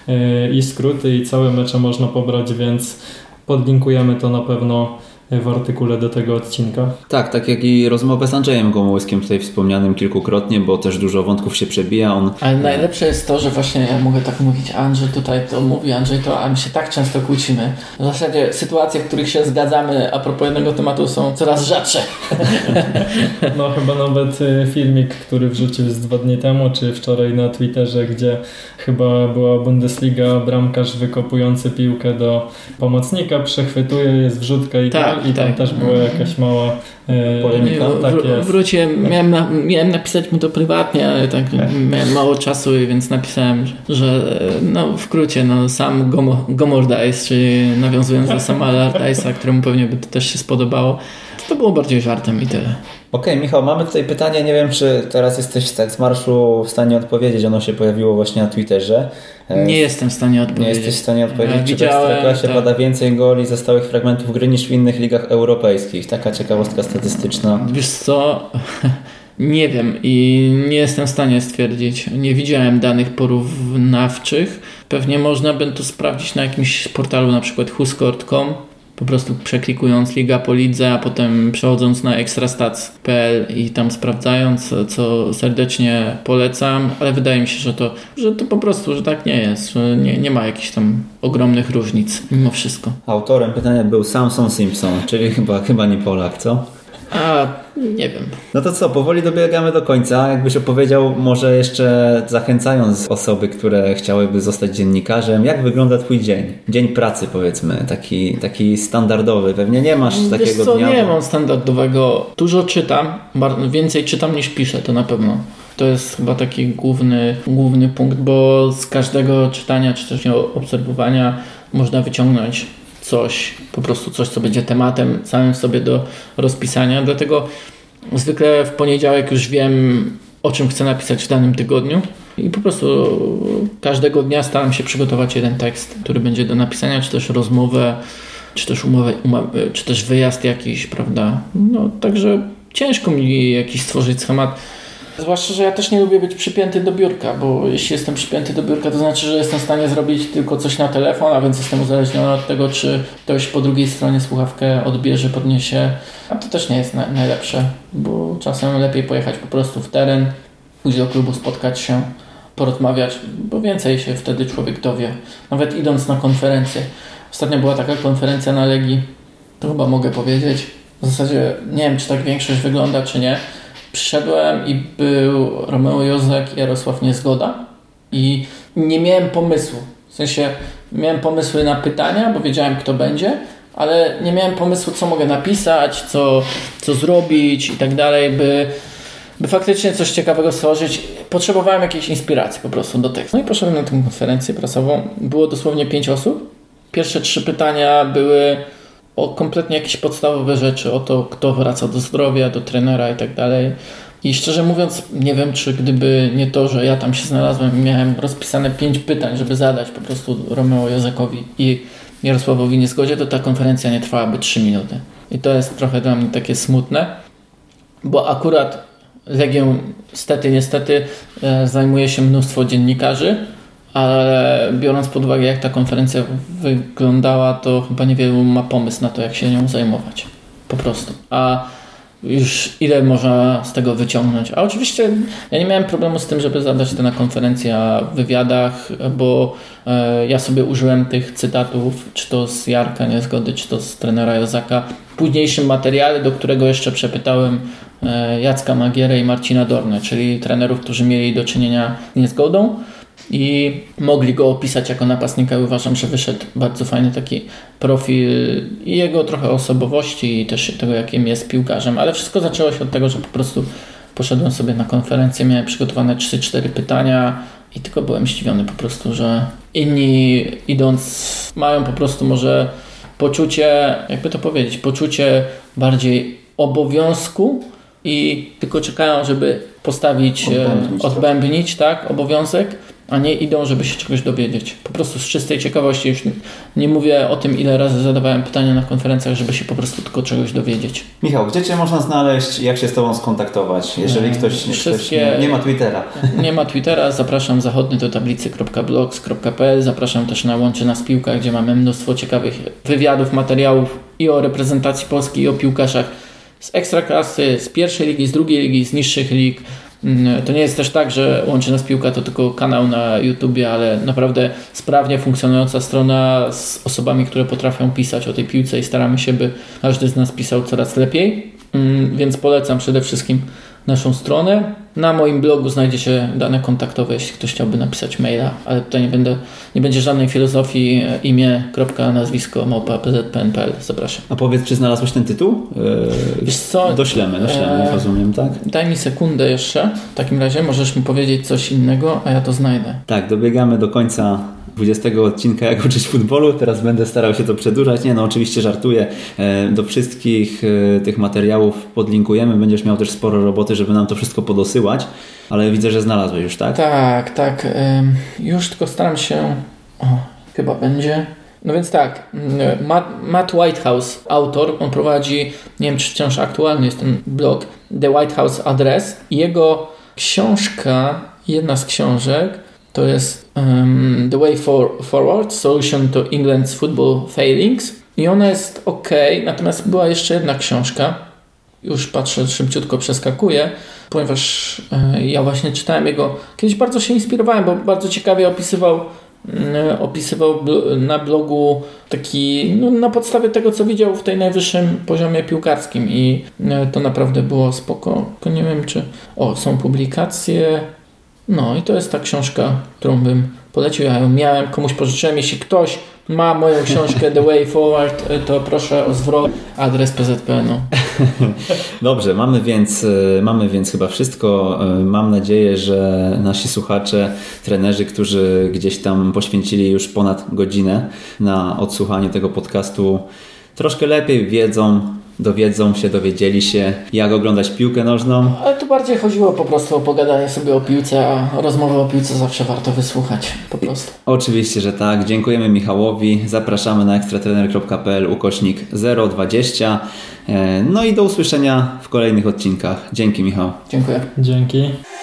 i skróty i całe mecze można pobrać, więc podlinkujemy to na pewno w artykule do tego odcinka. Tak jak i rozmowę z Andrzejem Gomołyskiem tutaj wspomnianym kilkukrotnie, bo też dużo wątków się przebija. Ale najlepsze jest to, że właśnie ja mogę tak mówić, Andrzej tutaj to mówi, Andrzej to, a my się tak często kłócimy. W zasadzie sytuacje, w których się zgadzamy a propos jednego tematu są coraz rzadsze. No chyba nawet filmik, który wrzucił z 2 dni temu, czy wczoraj na Twitterze, gdzie chyba była Bundesliga, bramkarz wykopujący piłkę do pomocnika, przechwytuje, jest wrzutka i tak. i tam też była jakaś mała polemika. Wróciłem, miałem napisać mu to prywatnie, ale tak miałem mało czasu, więc napisałem, że no w skrócie, sam Gomor Dice, czyli nawiązując do Sama Allardyce'a, któremu pewnie by to też się spodobało. To było bardziej żartem i tyle. Okej, Michał, mamy tutaj pytanie, nie wiem, czy teraz jesteś tak z marszu w stanie odpowiedzieć, ono się pojawiło właśnie na Twitterze. Nie jestem w stanie odpowiedzieć. Nie jesteś w stanie odpowiedzieć, czy w Ekstraklasie pada więcej goli ze stałych fragmentów gry niż w innych ligach europejskich. Taka ciekawostka statystyczna. Wiesz co, nie wiem i nie jestem w stanie stwierdzić. Nie widziałem danych porównawczych. Pewnie można by to sprawdzić na jakimś portalu, na przykład whoscored.com. Po prostu przeklikując liga po lidze, a potem przechodząc na ekstrastats.pl i tam sprawdzając, co serdecznie polecam, ale wydaje mi się, że to po prostu, że tak nie jest, że nie ma jakichś tam ogromnych różnic mimo wszystko. Autorem pytania był Samson Simpson, czyli chyba nie Polak, co? Nie wiem. No to co, powoli dobiegamy do końca. Jakbyś opowiedział, może jeszcze zachęcając osoby, które chciałyby zostać dziennikarzem, jak wygląda twój dzień? Dzień pracy, powiedzmy, taki standardowy. Pewnie nie masz takiego dnia. Nie mam standardowego. Dużo czytam, więcej czytam niż piszę, to na pewno. To jest chyba taki główny punkt, bo z każdego czytania czy też obserwowania można wyciągnąć po prostu coś, co będzie tematem samym sobie do rozpisania. Dlatego zwykle w poniedziałek już wiem, o czym chcę napisać w danym tygodniu i po prostu każdego dnia staram się przygotować jeden tekst, który będzie do napisania, czy też rozmowę, czy też umowę, czy też wyjazd jakiś, prawda? No, także ciężko mi jakiś stworzyć schemat. Zwłaszcza, że ja też nie lubię być przypięty do biurka, bo jeśli jestem przypięty do biurka, to znaczy, że jestem w stanie zrobić tylko coś na telefon, a więc jestem uzależniony od tego, czy ktoś po drugiej stronie słuchawkę odbierze, podniesie. A to też nie jest najlepsze, bo czasem lepiej pojechać po prostu w teren, pójść do klubu, spotkać się, porozmawiać, bo więcej się wtedy człowiek dowie. Nawet idąc na konferencję. Ostatnio była taka konferencja na Legii, to chyba mogę powiedzieć. W zasadzie nie wiem, czy tak większość wygląda, czy nie. Przyszedłem i był Romeo Józek i Jarosław Niezgoda i nie miałem pomysłu. W sensie miałem pomysły na pytania, bo wiedziałem, kto będzie, ale nie miałem pomysłu, co mogę napisać, co zrobić i tak dalej, by faktycznie coś ciekawego stworzyć. Potrzebowałem jakiejś inspiracji po prostu do tekstu. No i poszedłem na tę konferencję prasową. Było dosłownie 5 osób. Pierwsze 3 pytania były o kompletnie jakieś podstawowe rzeczy, o to, kto wraca do zdrowia, do trenera i tak dalej. I szczerze mówiąc, nie wiem, czy gdyby nie to, że ja tam się znalazłem i miałem rozpisane 5 pytań, żeby zadać po prostu Romeo Józekowi i Jarosławowi Niezgodzie, to ta konferencja nie trwałaby 3 minuty. I to jest trochę dla mnie takie smutne, bo akurat Legią niestety zajmuje się mnóstwo dziennikarzy, ale biorąc pod uwagę, jak ta konferencja wyglądała, to chyba niewielu ma pomysł na to, jak się nią zajmować. Po prostu. A już ile można z tego wyciągnąć? A oczywiście ja nie miałem problemu z tym, żeby zadać to na konferencji, w wywiadach, bo ja sobie użyłem tych cytatów, czy to z Jarka Niezgody, czy to z trenera Józaka, w późniejszym materiale, do którego jeszcze przepytałem Jacka Magierę i Marcina Dornę, czyli trenerów, którzy mieli do czynienia z Niezgodą i mogli go opisać jako napastnika i uważam, że wyszedł bardzo fajny taki profil i jego trochę osobowości i też tego, jakim jest piłkarzem, ale wszystko zaczęło się od tego, że po prostu poszedłem sobie na konferencję, miałem przygotowane 3-4 pytania i tylko byłem zdziwiony po prostu, że inni idąc mają po prostu może poczucie, jakby to powiedzieć, poczucie bardziej obowiązku i tylko czekają, żeby postawić, odbębnić tak, obowiązek, a nie idą, żeby się czegoś dowiedzieć. Po prostu z czystej ciekawości. Już nie mówię o tym, ile razy zadawałem pytania na konferencjach, żeby się po prostu tylko czegoś dowiedzieć. Michał, gdzie Cię można znaleźć? Jak się z Tobą skontaktować? Jeżeli ktoś nie ma Twittera. Nie ma Twittera, zapraszam zachodny do tablicy.blogs.pl, zapraszam też na Łączy Nas Piłka, gdzie mamy mnóstwo ciekawych wywiadów, materiałów i o reprezentacji Polski, i o piłkarzach z Ekstraklasy, z pierwszej ligi, z drugiej ligi, z niższych lig. To nie jest też tak, że Łączy Nas Piłka to tylko kanał na YouTubie, ale naprawdę sprawnie funkcjonująca strona z osobami, które potrafią pisać o tej piłce i staramy się, by każdy z nas pisał coraz lepiej. Więc polecam przede wszystkim naszą stronę. Na moim blogu znajdziecie dane kontaktowe, jeśli ktoś chciałby napisać maila, ale tutaj nie będzie żadnej filozofii, imię.nazwisko @pzpn.pl. Zapraszam. A powiedz, czy znalazłeś ten tytuł? Wiesz co? Doślemy, rozumiem, tak? Daj mi sekundę jeszcze. W takim razie możesz mi powiedzieć coś innego, a ja to znajdę. Tak, dobiegamy do końca 20 odcinka Jak uczyć futbolu. Teraz będę starał się to przedłużać. Nie, no oczywiście żartuję. Do wszystkich tych materiałów podlinkujemy. Będziesz miał też sporo roboty, żeby nam to wszystko podosyłać. Ale widzę, że znalazłeś już, tak? Tak. Już tylko staram się... O, chyba będzie... No więc tak, Matt Whitehouse, autor, on prowadzi, nie wiem czy wciąż aktualny jest ten blog, The White House Address. Jego książka, jedna z książek, to jest The Way Forward, Solution to England's Football Failings. I ona jest ok, natomiast była jeszcze jedna książka, już patrzę, szybciutko przeskakuję, ponieważ ja właśnie czytałem jego, kiedyś bardzo się inspirowałem, bo bardzo ciekawie opisywał na blogu taki, no, na podstawie tego, co widział w tej najwyższym poziomie piłkarskim i to naprawdę było spoko. Tylko nie wiem, czy... O, są publikacje. No i to jest ta książka, którą bym polecił. Ja ją miałem, komuś pożyczyłem. Jeśli ktoś ma moją książkę The Way Forward, to proszę o zwrot, adres PZPN-u. Dobrze, mamy więc chyba wszystko. Mam nadzieję, że nasi słuchacze, trenerzy, którzy gdzieś tam poświęcili już ponad godzinę na odsłuchanie tego podcastu, troszkę lepiej dowiedzieli się, jak oglądać piłkę nożną. Ale tu bardziej chodziło po prostu o pogadanie sobie o piłce, a rozmowę o piłce zawsze warto wysłuchać po prostu. Oczywiście, że tak. Dziękujemy Michałowi. Zapraszamy na ekstratrener.pl/020. No i do usłyszenia w kolejnych odcinkach. Dzięki, Michał. Dziękuję. Dzięki.